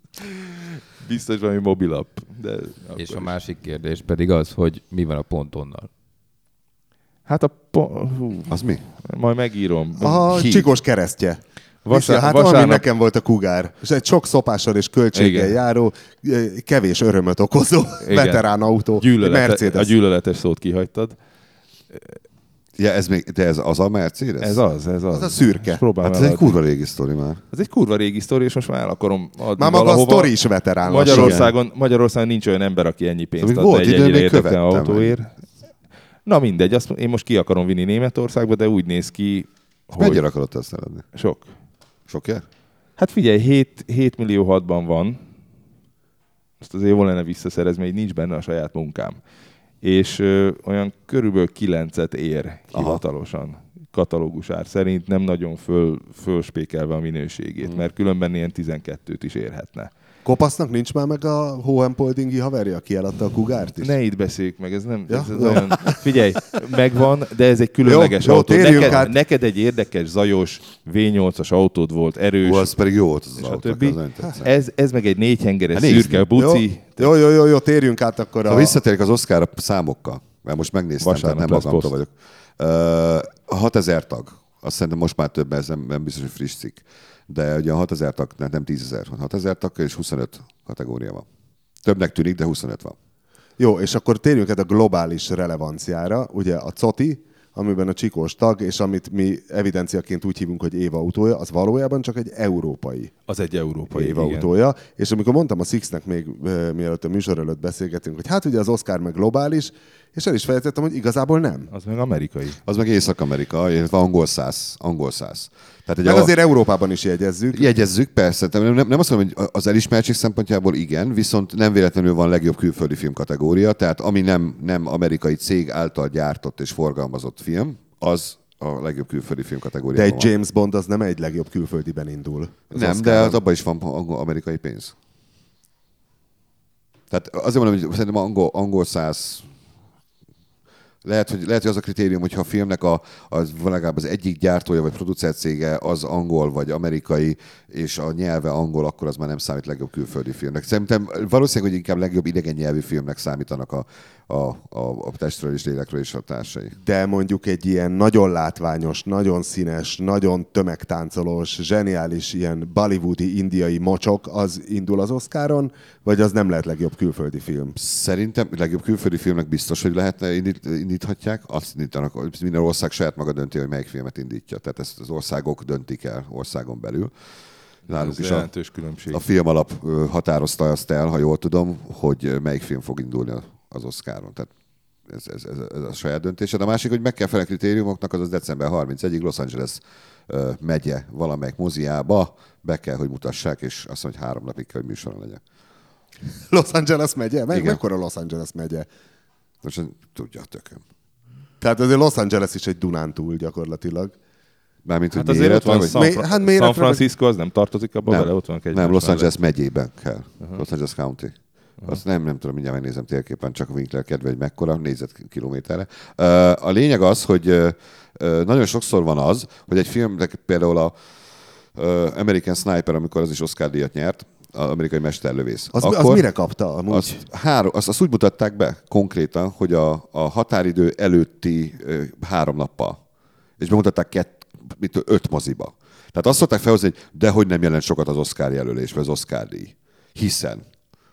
Biztos valami mobilapp. De és a másik kérdés pedig az, hogy mi van a pontonnal. Hát az mi? Majd megírom. A csikós keresztje. Ami nekem volt a Cougar. És egy sok szopással és költséggel járó, kevés örömöt okozó veterán autó. Mercedes. A gyűlöletes szót kihagytad. Ja, de ez az a Mercedes? Ez az. Az a szürke. Hát ez egy kurva régi sztori már. Ez egy kurva régi sztori, és most már el akarom adni már maga valahova. a sztori is veterán. Magyarországon nincs olyan ember, aki ennyi pénzt adna egy ennyire értetlen autóért. Na mindegy, én most ki akarom vinni Németországba, de úgy néz ki, hogy... Mennyire akarod ezt eladni? Sok. Sokért? Hát figyelj, 7 millió 6-ban van. Azt azért jól lenne visszaszerezni, mert így nincs benne a saját munkám. És olyan körülbelül 9-et ér hivatalosan. Katalógusár szerint nem nagyon fölspékelve a minőségét, mert különben ilyen 12-t is érhetne. Kopasznak nincs már meg a Hohenpoldingi haverja, aki eladta a Cougárt is? Ne itt beszéljük meg, ez nem... Ja? Ez olyan, figyelj, megvan, de ez egy különleges autó. Neked egy érdekes, zajos, V8-as autód volt, erős. Az pedig jó volt az autó. Ez meg egy 4 hengeres szürke buci. Jó, térjünk át akkor Ha visszatérjük az Oscar számokkal, mert most megnéztem, vasárnap tehát nem magamtól vagyok. 6000 tag. Azt szerintem most már több, ez nem biztos, hogy friss cikk. De ugye a 6000 tag, nem 10 000, 6000 tag és 25 kategória van. Többnek tűnik, de 25 van. Jó, és akkor térjünk át a globális relevanciára. Ugye a COTI, amiben a csikós tag, és amit mi evidenciaként úgy hívunk, hogy év autója, az valójában csak egy európai. Az egy európai év autója. És amikor mondtam a Sixnek még mielőtt a műsor előtt beszélgetünk, hogy hát ugye az Oscar meg globális, és el is fejtettem, hogy igazából nem. Az meg amerikai. Az meg Észak-Amerika, illetve angol száz. Tehát, meg azért Európában is jegyezzük. Jegyezzük, persze. Nem azt mondom, hogy az elismertség szempontjából igen, viszont nem véletlenül van legjobb külföldi film kategória, tehát ami nem amerikai cég által gyártott és forgalmazott film, az a legjobb külföldi film kategória. De egy James Bond az nem egy legjobb külföldiben indul. Nem, de abban is van amerikai pénz. Tehát azért mondom, hogy szerintem angol száz. Lehet, hogy az a kritérium, hogyha a filmnek az legalább az egyik gyártója vagy producercége az angol vagy amerikai, és a nyelve angol, akkor az már nem számít legjobb külföldi filmnek. Szerintem valószínűleg, hogy inkább legjobb idegen nyelvű filmnek számítanak a testről és lélekről és a társai. De mondjuk egy ilyen nagyon látványos, nagyon színes, nagyon tömegtáncolós, zseniális ilyen bollywoodi, indiai mocsok, az indul az Oscaron, vagy az nem lehet legjobb külföldi film? Szerintem legjobb külföldi filmnek biztos, hogy lehetne indíthatják. Azt indítanak, minden ország saját maga dönti, hogy melyik filmet indítja. Tehát ezt az országok döntik el országon belül. Nálunk is jelentős különbség. A film alap határozta azt el, ha jól tudom, hogy melyik film fog indulni az Oscaron. Tehát ez a saját döntése. De a másik, hogy meg kell felelni kritériumoknak, az december 31-ig Los Angeles megye valamelyik moziába be kell, hogy mutassák, és azt mondja, hogy 3 napig kell, hogy műsoron legyen. Los Angeles megye? Mekkora Los Angeles megye? Most tudja a tököm. Tehát azért Los Angeles is egy Dunántúl gyakorlatilag. Mármint, hát azért ott van San Francisco, az nem tartozik abba bele? Ott van nem, Los Angeles megyében kell. Los Angeles County. Azt nem tudom, mindjárt megnézem térképen, csak a Winkler kedve, hogy mekkora négyzetkilométerre. A lényeg az, hogy nagyon sokszor van az, hogy egy filmnek például a American Sniper, amikor az is Oscar-díjat nyert, az amerikai mesterlövész. Az mire kapta amúgy? Azt úgy mutatták be konkrétan, hogy a határidő előtti 3 nappal. És bemutatták 5 moziba. Tehát azt szokták felhozni, hogy dehogy nem jelent sokat az Oscar jelölés, vagy az Oscar-díj. Hiszen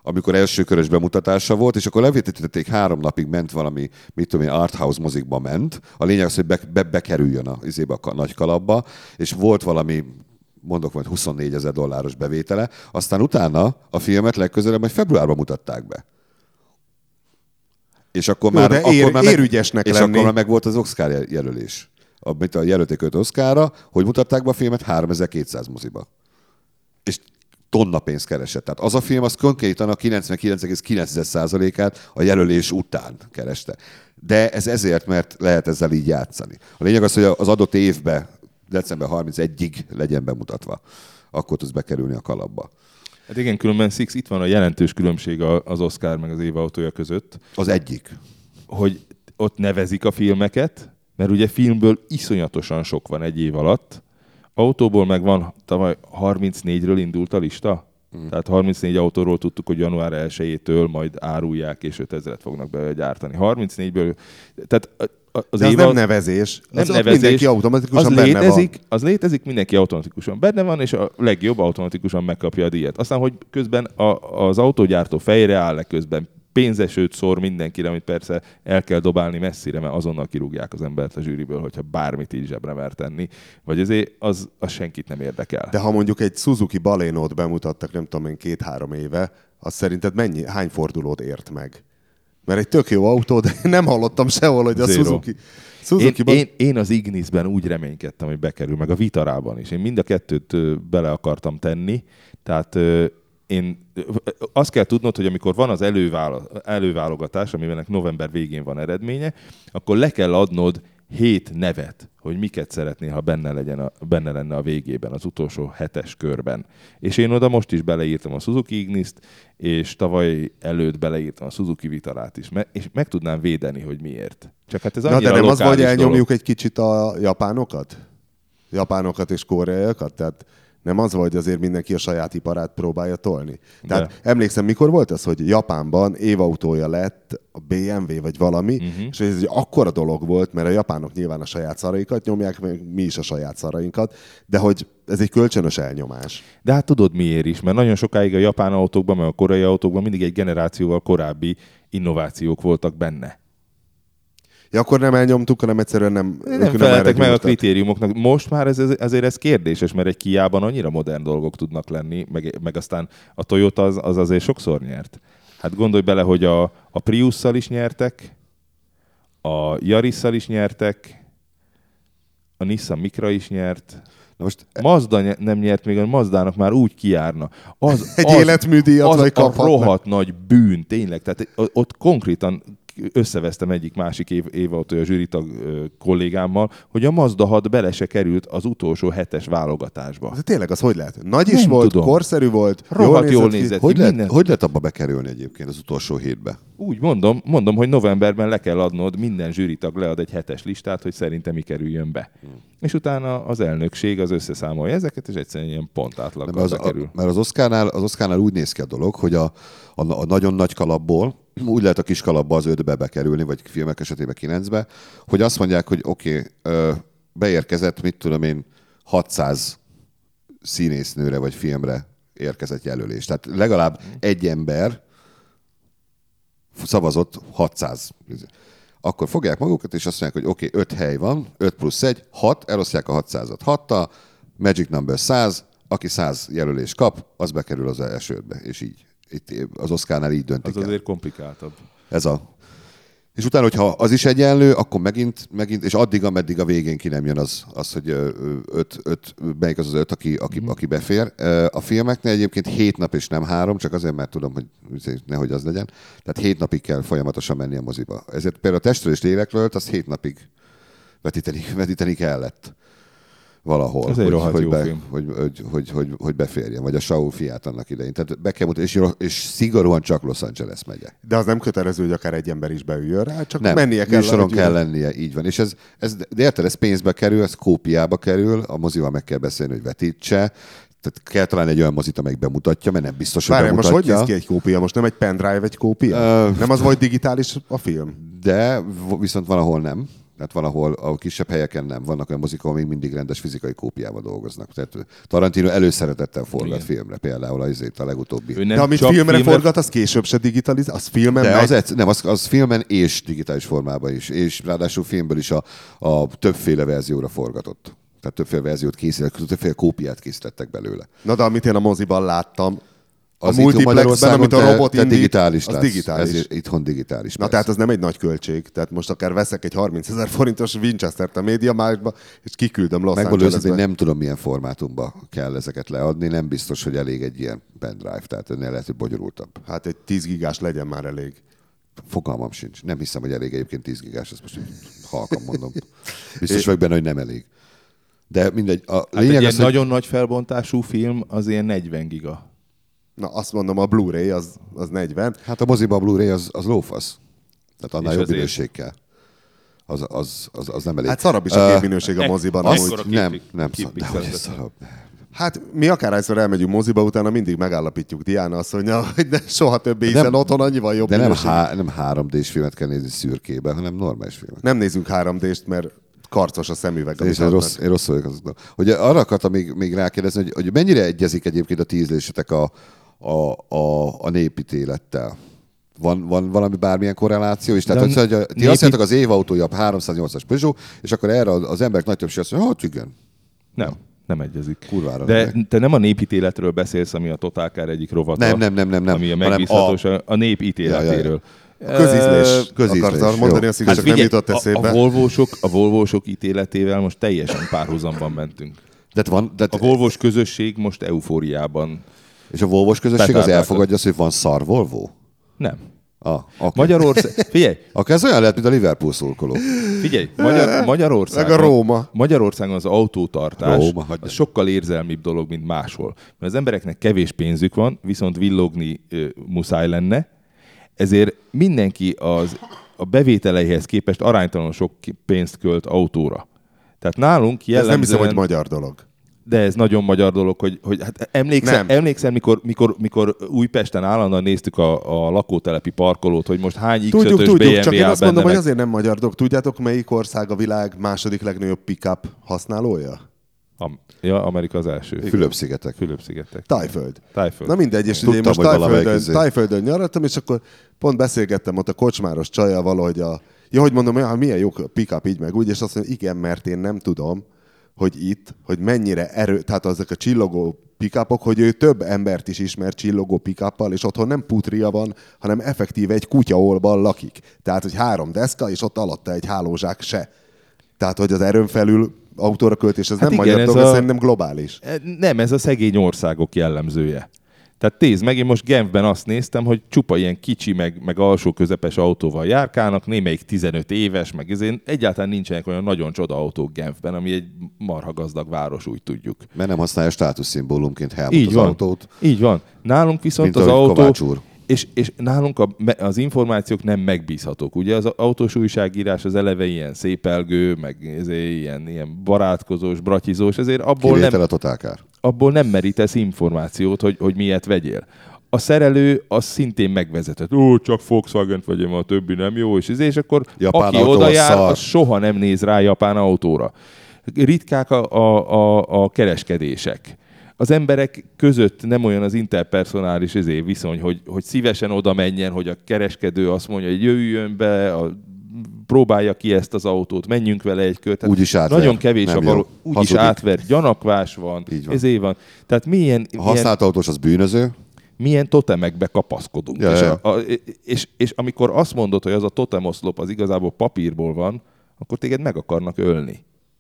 amikor első körös bemutatása volt, és akkor levetítették 3 napig, ment valami, mit tudom én, arthouse mozikba ment. A lényeg az, hogy bekerüljön a nagy kalapba, és volt valami, mondok majd $24,000 bevétele, aztán utána a filmet legközelebb majd februárban mutatták be. És akkor jó, már, de érügyesnek lenni. akkor már meg volt az Oscar jelölés. Amit a jelölték 5 Oscarra, hogy mutatták be a filmet 3200 moziba. És tonna pénzt keresett. Tehát az a film, az konkrétan a 99,9%-át a jelölés után kereste. De ez ezért, mert lehet ezzel így játszani. A lényeg az, hogy az adott évben, december 31-ig legyen bemutatva. Akkor tudsz bekerülni a kalapba. Hát igen, különben Six, itt van a jelentős különbség az Oscar meg az év autója között. Az egyik. Hogy ott nevezik a filmeket, mert ugye filmből iszonyatosan sok van egy év alatt. Autóból meg van, tavaly 34-ről indult a lista. Tehát 34 autóról tudtuk, hogy január 1-től majd árulják, és 5000-et fognak belőle gyártani. 34-ből, tehát az év nem nevezés. Nem nevezés. Mindenki automatikusan az benne létezik, van. Az létezik, mindenki automatikusan benne van, és a legjobb automatikusan megkapja a díjat. Aztán, hogy közben az autógyártó fejre áll, közben pénzesőt szór mindenkire, amit persze el kell dobálni messzire, mert azonnal kirúgják az embert a zsűriből, hogyha bármit így zsebre mer tenni. Vagy azért az senkit nem érdekel. De ha mondjuk egy Suzuki Balénót bemutattak, nem tudom én, 2-3 éve, az szerinted hány fordulót ért meg? Mert egy tök jó autó, de nem hallottam sehol, hogy a Suzuki én az Ignisben úgy reménykedtem, hogy bekerül, meg a Vitarában is. Én mind a kettőt bele akartam tenni, tehát én azt kell tudnod, hogy amikor van az előválogatás, amiben november végén van eredménye, akkor le kell adnod 7 nevet, hogy miket szeretnél, ha benne lenne a végében, az utolsó 7-es körben. És én oda most is beleírtam a Suzuki Ignist, és tavaly előtt beleírtam a Suzuki Vitarát is. És meg tudnám védeni, hogy miért. Csak hát ez annyira de nem az, hogy elnyomjuk dolog. egy kicsit a japánokat? Japánokat és koreaiakat? Tehát nem az, hogy azért mindenki a saját iparát próbálja tolni. Tehát emlékszem, mikor volt az, hogy Japánban évautója lett a BMW vagy valami, és ez egy akkora dolog volt, mert a japánok nyilván a saját szaraikat nyomják, meg mi is a saját szarainkat, de hogy ez egy kölcsönös elnyomás. De hát tudod miért is, mert nagyon sokáig a japán autókban, meg a koreai autókban mindig egy generációval korábbi innovációk voltak benne. Ja, akkor nem elnyomtuk, hanem egyszerűen nem feleltek meg a kritériumoknak. Most már azért ez kérdéses, mert egy Kia-ban annyira modern dolgok tudnak lenni, meg aztán a Toyota az azért sokszor nyert. Hát gondolj bele, hogy a Priusszal is nyertek, a Yarisszal is nyertek, a Nissan Micra is nyert. Na most Mazda nem nyert, még a Mazdának már úgy kijárna. Egy életműdíjat vagy kaphatnak. Az a rohadt nagy bűn, tényleg. Tehát ott konkrétan összevesztem egyik másik évautója zsűritag kollégámmal, hogy a Mazda 6 bele se került az utolsó 7-es válogatásba. De tényleg az hogy lehet? Nagy is nem volt, tudom. Korszerű volt, jól nézett ki. Hogy lehet abba bekerülni egyébként az utolsó 7-be? Úgy mondom, hogy novemberben le kell adnod, minden zsűritag lead egy 7-es listát, hogy szerintem mi kerüljön be. És utána az elnökség az összeszámolja ezeket, és egyszerűen ilyen pont átlaggal bekerül. Mert az Oscarnál úgy néz ki a dolog, hogy a nagyon nagy kalapból úgy lehet a kis kalapba az 5-be bekerülni, vagy filmek esetében 9-be, hogy azt mondják, hogy oké, beérkezett, mit tudom én, 600 színésznőre vagy filmre érkezett jelölés. Tehát legalább egy ember szavazott 600. Akkor fogják magukat, és azt mondják, hogy oké, 5 hely van, 5 plusz 1, 6, elosztják a 600-at 6-tal, Magic Number 100, aki 100 jelölés kap, az bekerül az első 5-be, és így. Itt az Oscarnál így döntik el. Az azért komplikáltabb. És utána, hogyha az is egyenlő, akkor megint és addig, ameddig a végén ki nem jön az hogy melyik az 5, aki befér. A filmeknél egyébként 7 nap és nem 3, csak azért, mert tudom, hogy nehogy az legyen. Tehát 7 napig kell folyamatosan menni a moziba. Ezért például a Testről és lélekről, azt 7 napig vetíteni kellett valahol, hogy beférjen, vagy a Saul fiát annak idején. Tehát be kell mutatni, és szigorúan csak Los Angeles megye. De az nem kötelező, hogy akár egy ember is beüljön rá, csak nem, mennie kell. Műsoron kell lennie, így van. És de érted, ez pénzbe kerül, ez kópiába kerül, a mozival meg kell beszélni, hogy vetítse. Tehát kell találni egy olyan mozit, amelyik bemutatja, mert nem biztos, hogy bemutatja. Most hogy néz ki egy kópia? Most nem egy pendrive egy kópia? Nem az, vagy digitális a film? De viszont van, ahol nem. Tehát van, ahol kisebb helyeken nem. Vannak olyan mozikok, ahol még mindig rendes fizikai kópiával dolgoznak. Tehát Tarantino előszeretettel forgat filmre, például a legutóbbi. De amit filmre forgat, az később se digitalizál, az filmen De az filmen és digitális formában is. És ráadásul filmből is a többféle verzióra forgatott. Tehát többféle verziót készítettek, többféle kópiát készítettek belőle. Na de amit én a moziban láttam, Az a multiplexben, amit a robot digitális az lesz. digitális. Ez itthon digitális. Na tehát az nem egy nagy költség. Tehát most akár veszek egy 30 000 forintos Winchester-t a MediaMarktba, és kiküldöm Los Megmondom Angelesbe. őszintén, nem tudom, milyen formátumba kell ezeket leadni. Nem biztos, hogy elég egy ilyen pendrive. Tehát ennél lehet, hogy bonyolultabb. Hát egy 10 gigás legyen már elég. Fogalmam sincs. Nem hiszem, hogy elég egyébként 10 gigás. Ezt most így halkan mondom. Biztos vagyok benne, hogy nem elég. De mindegy. A lényeg egy az, hogy... nagyon nagy felbontású film az ilyen 40 giga. Na azt mondom, a Blu-ray az 40. Hát a moziban a Blu-ray az lófasz. Tehát annál És jobb azért- minőség kell. Az nem elég. Hát szarabb is a képminőség a moziban. az- amúgy. Akkor a Nem két de hogy ez pixelbe. szarabb. Hát mi akárhányszor elmegyünk moziba, utána mindig megállapítjuk Diana azt mondja, hogy de soha többé, hiszen otthon annyival jobb De nem, minőség. nem 3D-s filmet kell nézni szürkébe, hanem normális filmet. Nem nézünk 3D-st, mert karcos a szemüveg. amit És én adnak. rossz vagyok azoknak. Hogy arra akartam még rákérdezni, hogy mennyire egyezik egyébként a ti ízlésetek a népítélettel? Van valami bármilyen korreláció is? Tehát, hogy ti azt mondjátok, az évautója a 308-as Peugeot, és akkor erre az emberek nagy többség azt mondja, hát igen. Nem egyezik. Kurvára De nem. te nem a népítéletről beszélsz, ami a Total Car egyik rovata. Nem. Ami a megbízhatós, a nép ítéletéről. A közízlés. közízlés, Akartam mondani, jó. azt igaz, csak nem jutott eszébe. A Volvósok ítéletével most teljesen párhuzamban mentünk. A Volvos közösség most eufóriában. És a Volvos közösség az Betárták elfogadja azt, hogy van szar Volvo? Nem. Okay. Magyarország... Figyelj! Akkor ez olyan lehet, mint a Liverpool szurkoló. Figyelj! Magyarországon... Meg a Róma. Magyarországon az autótartás Róma, az sokkal érzelmibb dolog, mint máshol. Mert az embereknek kevés pénzük van, viszont villogni muszáj lenne, ezért mindenki a bevételeihez képest aránytalanul sok pénzt költ autóra. Tehát nálunk Ez jellemzően... nem hiszem, hogy magyar dolog. De ez nagyon magyar dolog, hogy hát emlékszem, mikor Újpesten állandóan néztük a lakótelepi parkolót, hogy most hány X5-ös Tudjuk, BMW csak én áll azt benne mondom, hogy meg. azért nem magyar dolog. Tudjátok, melyik ország a világ második legnagyobb pick-up használója? Amerika az első. Fülöp-szigetek. Fülöp-szigetek. Tájföld. Tájföld. Na mindegy, és ugye én Tudtam, most hogy valamelyik Tájföldön nyaraltam, és akkor pont beszélgettem ott a kocsmáros csajjal valahogy hogy mondom, hogy milyen jó pick-up így meg úgy, és azt mondja, igen, mert én nem tudom, hogy mennyire tehát azok a csillogó pick-upok, hogy ő több embert is ismer csillogó pick-uppal, és otthon nem putria van, hanem effektíve egy kutyaolban lakik. Tehát, hogy 3 deszka, és ott alatta egy hálózsák se. Tehát, hogy az erőn felül autóra költés, ez Hát nem igen, magyar dolog, ez szerintem globális. Nem, ez a szegény országok jellemzője. Tehát nézd meg, én most Genfben azt néztem, hogy csupa ilyen kicsi, meg alsó közepes autóval járkálnak, némelyik 15 éves, meg ezért egyáltalán nincsenek olyan nagyon csoda autók Genfben, ami egy marha gazdag város, úgy tudjuk. Mert nem használja státuszszimbólumként Helmut Így az van. autót. Így van. Nálunk viszont Mint az ahogy autó... Kovács úr. És nálunk az információk nem megbízhatók. Ugye az autós újságírás az eleve ilyen szépelgő, meg ilyen barátkozós, bratyizós, ezért Kivétel a Total Car. abból nem merítesz információt, hogy miért vegyél. A szerelő az szintén megvezetett. Csak Volkswagen-t vegyem, a többi nem jó, és akkor Japán aki autó oda az jár, szar. az soha nem néz rá japán autóra. Ritkák a kereskedések. Az emberek között nem olyan az interpersonális viszony, hogy szívesen oda menjen, hogy a kereskedő azt mondja, hogy jöjjön be, próbálja ki ezt az autót, menjünk vele egy kört. Úgyis átver. Nagyon kevés Nem a való. jó. Úgyis Hazudik. átver, gyanakvás van, Így van. ezért van. Tehát A használt autós az bűnöző. milyen totemekbe kapaszkodunk. Ja. És amikor azt mondod, hogy az a totemoszlop az igazából papírból van, akkor téged meg akarnak ölni.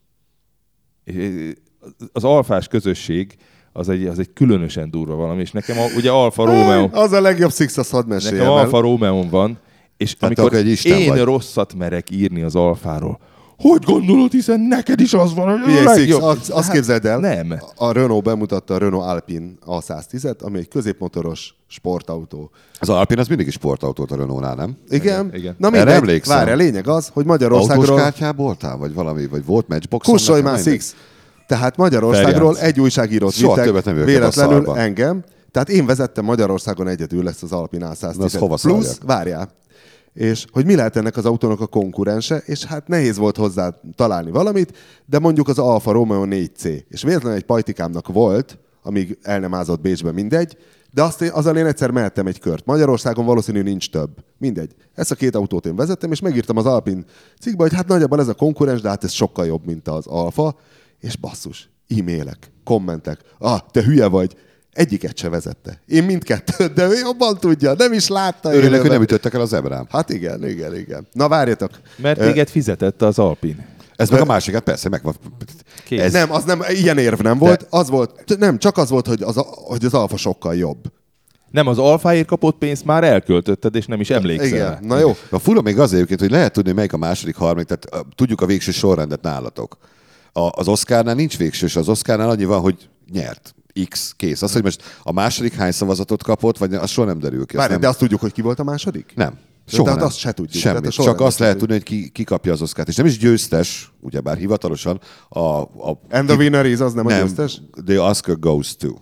Az alfás közösség az egy különösen durva valami, és nekem ugye Alfa Romeo... Az a legjobb Six, azt hadd meséljem Nekem el. Alfa Romeo van, és Tehát amikor akkor egy isten én vagy. rosszat merek írni az Alfáról, hogy gondolod, hiszen neked is az van, hogy a Figyelj, Six, legjobb. azt képzeld el, Nem. a Renault bemutatta a Renault Alpine A110-et, ami egy középmotoros sportautó. Az Alpine az mindig is sportautót a Renault-nál, nem? Igen? Igen. Na Erre mindegy, emlékszem. várj, a lényeg az, hogy Autós Magyarországról... kártyából voltál? Vagy valami? Vagy volt matchbox? Kussolj már, Six! Tehát Magyarországról Feljátsz. egy újságírót Soha vittek, többet nem jöttek a véletlenül szarba. engem. Tehát én vezettem Magyarországon egyedül ezt az Alpine Na, az A110-et. hova Plusz, szarjak? várjál, és hogy mi lehet ennek az autónak a konkurense, és hát nehéz volt hozzá találni valamit, de mondjuk az Alfa Romeo 4C. És véletlenül egy pajtikámnak volt, amíg el nem ázott Bécsbe, mindegy, de azzal én egyszer mehettem egy kört. Magyarországon valószínű nincs több. Mindegy. Ezt a két autót én vezettem, és megírtam az Alpin cikkbe, hogy hát nagyjából ez a konkurens, de hát ez sokkal jobb, mint az Alfa. És basszus, e-mailek, kommentek. Te hülye vagy. Egyiket se vezette. Én mindkettőt, de ő jobban tudja, nem is látta. Örülök, hogy nem ütöttek el az zebrám. Hát igen. Na várjatok. Mert téged fizetett az Alpin. Ez meg a másikat persze megvan. Kész. Nem, az nem, ilyen érv nem volt. Az volt, nem, csak az volt, hogy az Alfa sokkal jobb. Nem, az Alfáért kapott pénzt már elköltötted, és nem is emlékszel. Igen, na jó. A fura még az egyébként, hogy lehet tudni, hogy melyik a második, harmadik, tehát tudjuk a végső sorrendet nálatok. Az Oscarnál nincs végső, az Oscarnál annyi van, hogy nyert. X, kész. Az, hogy most a második hány szavazatot kapott, vagy az soha nem derül ki. Várj, nem... de azt tudjuk, hogy ki volt a második? Nem. Soha Tehát nem. Azt se tudjuk. Semmit. Csak azt lehet tudni, hogy ki kapja az Oscart. És nem is győztes, ugyebár hivatalosan. And the winner is, az nem a győztes? The Oscar goes to.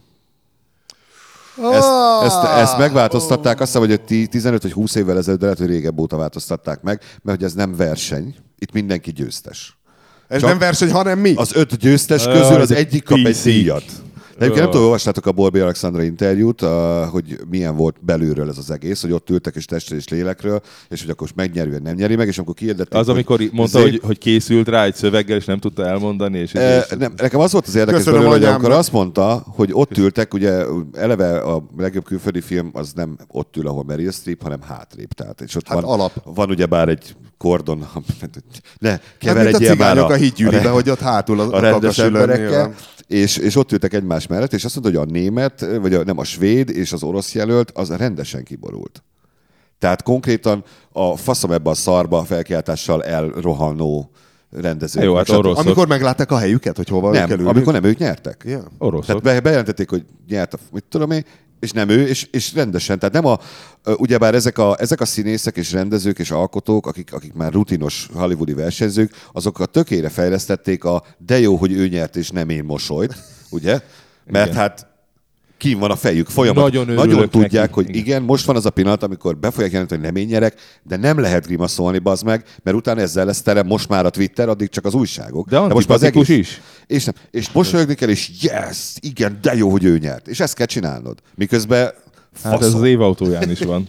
Ezt megváltoztatták, azt hiszem, hogy 15 vagy 20 évvel ezelőtt, de lehet, hogy régebb óta változtatták meg, mert hogy ez nem verseny, itt mindenki győztes. Ez csak nem verseny, hanem mi? Az 5 győztes közül az egyik kap egy PC. díjat. De egyébként nem tudom, olvastátok a Borbi Alexandra interjút, hogy milyen volt belülről ez az egész, hogy ott ültek és testről és lélekről, és hogy akkor most megnyeri, vagy nem nyeri meg, és amikor kihirdették, Az, amikor mondta, hogy készült rá egy szöveggel, és nem tudta elmondani. És nem, nekem az volt az érdekes belőle, hogy amikor azt mondta, hogy ott ültek, ugye eleve a legjobb külföldi film az nem ott ül, ahol Meryl Streep, hanem hátrébb. Tehát, és ott Hát van ugyebár egy kordon, ne keveredjél már a hídgyűlibe, hogy ott hátul a rendes emberekkel. És ott ültek egymás mellett, és azt mondta, hogy a német, vagy nem a svéd és az orosz jelölt, az rendesen kiborult. Tehát konkrétan a faszom ebbe a szarba felkiáltással elrohanó rendezők. Jó, hát oroszok. Amikor meglátták a helyüket, hogy hova nem, kell ülni? amikor nem ők nyertek. Yeah. Oroszok. Tehát bejelentették, hogy nyert mit tudom én, és nem ő, és rendesen. Tehát nem ugyebár ezek a színészek és rendezők és alkotók, akik már rutinos hollywoodi versenyzők, azokat tökére fejlesztették de jó, hogy ő nyert, és nem én mosolyt, ugye? Mert igen. hát kín van a fejük folyamat. Nagyon tudják, neki. Hogy igen, most van az a pillanat, amikor be fogják jelenteni, hogy nem én nyerek, de nem lehet grimaszolni, bazd meg, mert utána ezzel lesz tele most már a Twitter, addig csak az újságok. De most már az egész is. És mosolyogni kell, és yes, igen, de jó, hogy ő nyert. És ezt kell csinálnod. Miközben faszom. Hát ez az évautóján is van.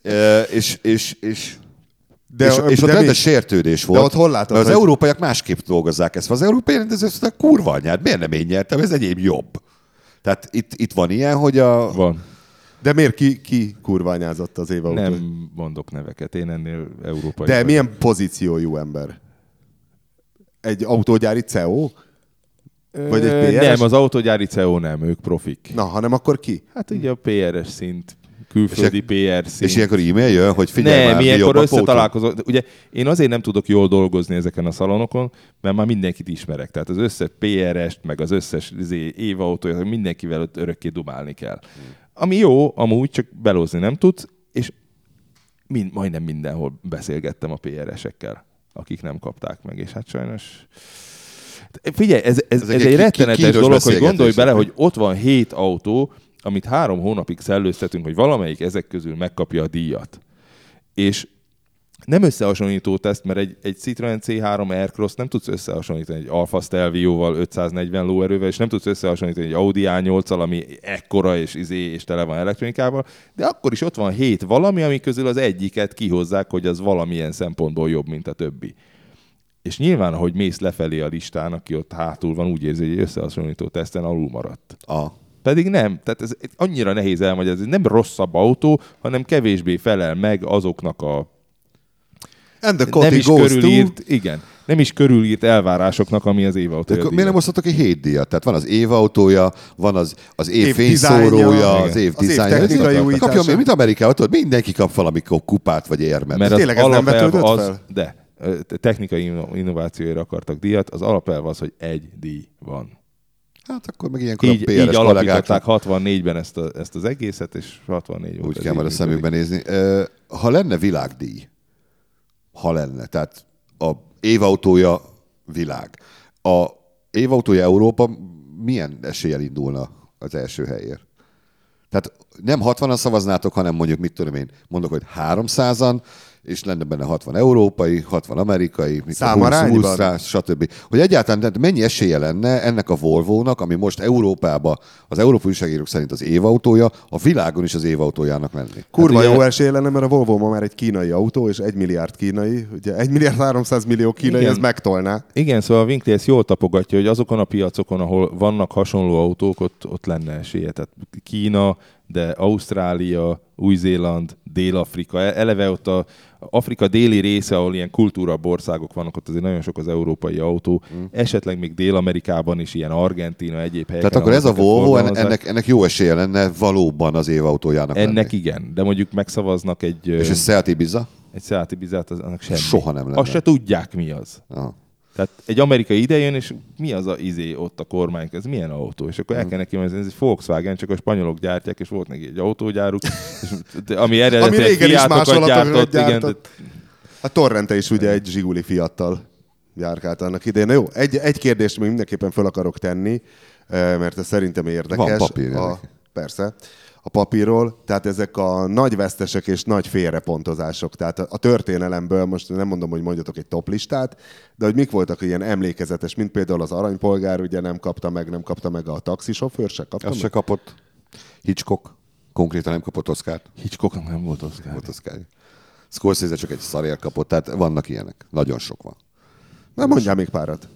És ott rendes sértődés volt. De ott hol látod, az európaiak másképp dolgozzák ezt. Az európai rendezők azt mondták, kurva anyád, miért nem én nyertem, ez enyém jobb. Tehát itt van ilyen, hogy Van. De miért ki kurványázott az évautó? Nem mondok neveket, én ennél európai. De milyen pozíciójú ember? Egy autógyári CEO? Vagy egy PRS? Nem, az autógyári CEO nem, ők profik. Na, hanem akkor ki? Hát ugye a PRS szint, külföldi PR szint. És ilyenkor e-mail jön, hogy figyelj már, ilyenkor összetalálkozok. Ugye én azért nem tudok jól dolgozni ezeken a szalonokon, mert már mindenkit ismerek. Tehát az összes PR-est, meg az összes évautóját, mindenkivel ott örökké dumálni kell. Ami jó, amúgy csak belózni nem tudsz, és majdnem mindenhol beszélgettem a PR-esekkel, akik nem kapták meg, és hát sajnos... Figyelj, ez egy rettenetes dolog, hogy gondolj bele, hogy ott van 7 autó, amit 3 hónapig szellőztetünk, hogy valamelyik ezek közül megkapja a díjat. És nem összehasonlító teszt, mert egy Citroen C3 Aircross nem tudsz összehasonlítani egy Alfa Stelvio-val 540 lóerővel, és nem tudsz összehasonlítani egy Audi A8-al, ami ekkora és tele van elektronikával, de akkor is ott van 7 valami, ami közül az egyiket kihozzák, hogy az valamilyen szempontból jobb, mint a többi. És nyilván, ahogy mész lefelé a listán, aki ott hátul van, úgy érzi, hogy egy összehasonlító teszten alul maradt. Pedig nem. Tehát ez annyira nehéz elmagyarázni. Ez nem rosszabb autó, hanem kevésbé felel meg azoknak a nem is körülírt elvárásoknak, ami az évautója. Miért nem osztottak egy 7 díjat? Tehát van az évautója, van az év fényszórója, az év dizájnja. Kapja, mint Amerikában, tudod, mindenki kap valami kupát vagy érmet. Mert tényleg ez nem vetődött fel? De technikai innovációira akartak díjat, az alapelv az, hogy egy díj van. Hát akkor meg ilyenkor így a PRS alapították 64-ben ezt az egészet, és 64 volt. Úgy kell majd a szemükben nézni. Ha lenne világdíj, tehát a évautója világ, a évautója Európa milyen eséllyel indulna az első helyért? Tehát nem 60-an szavaznátok, hanem mondjuk, mit tudom én, mondok, hogy 300-an, és lenne benne 60 európai, 60 amerikai, Számarányban? stb. Hogy egyáltalán mennyi esélye lenne ennek a Volvo-nak, ami most Európában az európai újságírók szerint az évautója, a világon is az évautójának lenni. Kurva Hát ugye- jó esélye lenne, mert a Volvo ma már egy kínai autó, és 1 milliárd kínai, ugye 1 milliárd 300 millió kínai, Igen. ez megtolná. Igen, szóval a Winkler ezt jól tapogatja, hogy azokon a piacokon, ahol vannak hasonló autók, ott lenne esélye. Tehát Kína, de Ausztrália, Új-Zéland, Dél-Afrika, eleve ott a Afrika déli része, ahol ilyen kultúrabb országok vannak, ott azért nagyon sok az európai autó, esetleg még Dél-Amerikában is, ilyen Argentína, egyéb helyeken. Tehát akkor ez a ahol Volvo, forgalmazzák. ennek jó esélye lenne valóban az évautójának Ennek lenni. igen, de mondjuk megszavaznak egy És ez Seat Ibiza? Seat Ibizát, annak semmi. Soha nem lenne. Azt se tudják, mi az. Aha. Tehát egy amerikai idejön, és mi az a ott a kormány, ez milyen autó? És akkor el kell neki mondani, ez egy Volkswagen, csak a spanyolok gyártják, és volt neki egy autógyáruk, és ami eredetileg régen is Fiatokat másolatokat gyártott, igen, de gyártott. A Torrente is ugye egy Zsiguli Fiattal járkált annak idején. Na jó, egy kérdést még mindenképpen föl akarok tenni, mert ez szerintem érdekes. Van papír, Persze. A papírról, tehát ezek a nagy vesztesek és nagy félrepontozások. Tehát a történelemből, most nem mondom, hogy mondjatok egy toplistát, de hogy mik voltak ilyen emlékezetes, mint például az aranypolgár, ugye nem kapta meg a taxisofőr, se kapta Azt meg. se kapott. Hitchcock. Konkrétan nem kapott Oscart. Hitchcocknak nem volt Oscar. Volt Oscar. Scorsese csak egy szarért kapott, tehát vannak ilyenek. Nagyon sok van. Na mondjál még párat.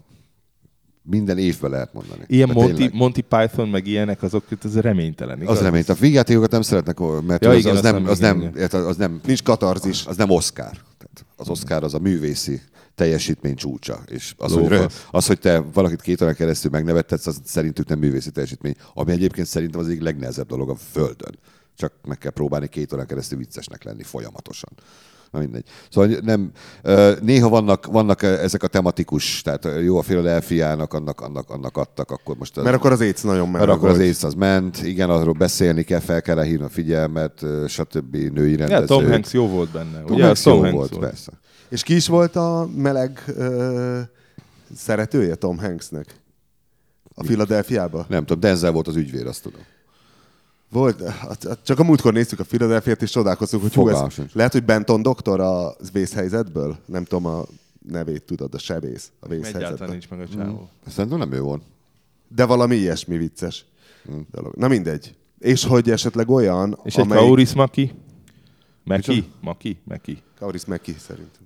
Minden évben lehet mondani. Ilyen De Monty, tényleg. Monty Python, meg ilyenek, azok ez reménytelen, igaz? Az reménytelen. A vígjátékokat nem szeretnek, mert Ja, az, igen, az, azt nem, nem, az, igen, nem, igen. érted, Nincs katarzis. az nem Oscar. Tehát az Oscar az a művészi teljesítmény csúcsa. És Lófasz. az, hogy te valakit 2 órán keresztül megnevettetsz, az szerintük nem művészi teljesítmény. Ami egyébként szerintem az egyik legnehezebb dolog a Földön. Csak meg kell próbálni 2 órán keresztül viccesnek lenni folyamatosan. Na mindegy. Szóval nem, néha vannak ezek a tematikus, tehát jó a Philadelphiának, annak adtak, akkor most... Mert akkor az AIDS nagyon mert meleg akkor az volt. ész az ment, igen, arról beszélni kell, fel kell rá hívni a figyelmet, stb. Női Ja, rendezők. Tom Hanks jó volt benne. Tom Ugye, Hanks Tom jó Hanks volt, persze. És ki is volt a meleg szeretője Tom Hanksnek? A Philadelphiába? Nem tudom, Denzel volt az ügyvéd, azt tudom. Volt, csak a múltkor néztük a Philadelphiát, és csodálkoztunk, hogy hú, Fogalmam ez, sincs. lehet, hogy Benton doktor a vészhelyzetből? Nem tudom a nevét, tudod, a sebész a Egyáltalán vészhelyzetben. nincs meg a csávó. Szerintem nem ő volt. De valami ilyesmi vicces dolog. Na mindegy. És hogy esetleg olyan, És egy Kauris Maki? Micsoda? Maki. Kauris Meki szerintem.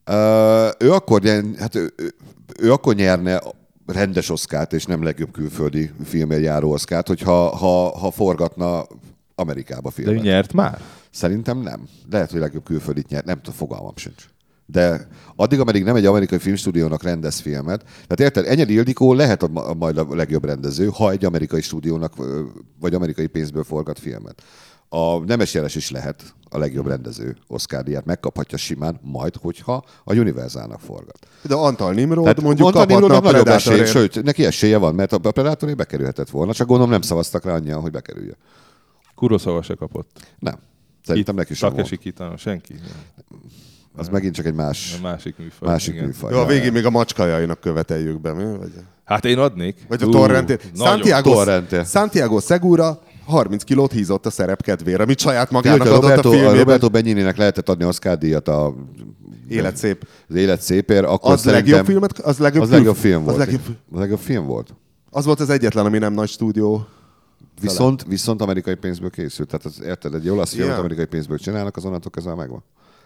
Ő akkor nyerne rendes Oscart, és nem legjobb külföldi filmért járó Oscart, hogyha forgatna Amerikába De ő filmet. nyert már? Szerintem nem. Lehet, hogy legjobb külföldit nyert, nem tudom, fogalmam sincs. De addig, ameddig nem egy amerikai filmstúdiónak rendez filmet, tehát érted, Enyedi Ildikó lehet majd a legjobb rendező, ha egy amerikai stúdiónak, vagy amerikai pénzből forgat filmet. A Nemes Jeles is lehet a legjobb rendező Oscar-díját, megkaphatja simán, majd, hogyha a Universalnak forgat. De Antal Nimrod Tehát mondjuk Antal kaphatna a Nimrodnak nagyobb esély, Predatorért. sőt, neki esélye van, mert a Predatorért bekerülhetett volna, csak gondolom nem szavaztak rá annyian, hogy bekerüljön. Kurosawa se kapott. Nem. Szerintem neki sem Takeshi volt. Kitano, senki. Az megint csak egy más, A másik műfaj. másik igen. műfaj. Jó, a végén még a macskajainak követeljük be, mi? Hát én adnék. Vagy a Torrentért. Nagyon. Torrente. Santiago Segura 30 kilót hízott a szerep kedvére, amit saját magának Tudod, adott a a filmében. Roberto Benigninek lehetett adni Oscar-díjat az Élet szép. Élet szépért, akkor Az legjobb filmet? Az legjobb film volt. Az legjobb, Az legjobb film volt. az volt az egyetlen, ami nem nagy stúdió. Viszont amerikai pénzből készült. Tehát az, érted, egy olasz filmet Ja. amerikai pénzből csinálnak, az onnantól kezdve megvan.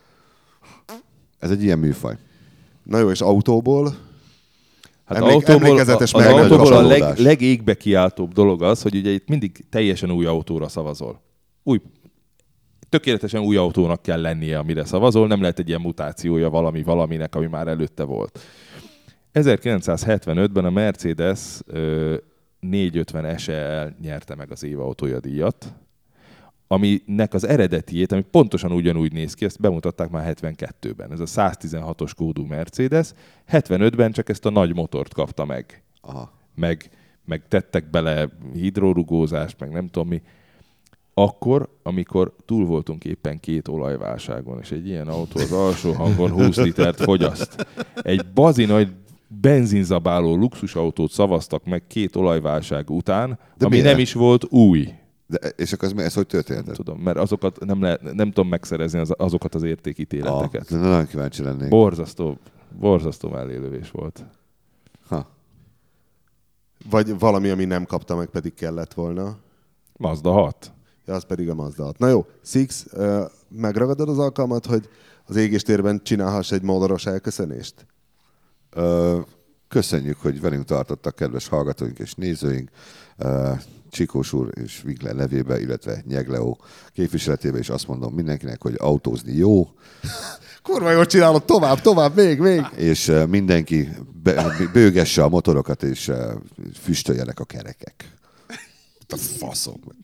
Ez egy ilyen műfaj. Na jó, és autóból? Hát Emlékezetes az meg- autóból a hasonlódás. legégbe kiáltóbb dolog az, hogy ugye itt mindig teljesen új autóra szavazol. Tökéletesen új autónak kell lennie, amire szavazol, nem lehet egy ilyen mutációja valaminek, ami már előtte volt. 1975-ben a Mercedes 450 SL nyerte meg az évautója díjat, aminek az eredetiét, ami pontosan ugyanúgy néz ki, ezt bemutatták már 72-ben. Ez a 116-os kódú Mercedes. 75-ben csak ezt a nagy motort kapta meg. Aha. Meg tettek bele hidrorugózást, meg nem tudom mi. Akkor, amikor túl voltunk éppen 2 olajválságon, és egy ilyen autó az alsó hangon 20 litert fogyaszt. Egy bazi nagy benzinzabáló luxusautót szavaztak meg 2 olajválság után, De ami miért? nem is volt új. De, és akkor ez hogy történt? Nem tudom, mert azokat nem tudom megszerezni azokat az értékítéleteket. De nagyon kíváncsi lennék. Borzasztó mellélövés volt. Ha. Vagy valami, ami nem kapta meg, pedig kellett volna. Mazda 6. Ja, az pedig a Mazda 6. Na jó, Six, megragadod az alkalmat, hogy az égéstérben csinálhass egy modoros elköszönést? Köszönjük, hogy velünk tartottak kedves hallgatóink és nézőink. Csikós úr és Winkler nevébe, illetve Nyegleó képviseletébe is azt mondom mindenkinek, hogy autózni jó. Kurva jól csinálod, tovább, még. És mindenki bőgesse a motorokat, és füstöljenek a kerekek. A faszom.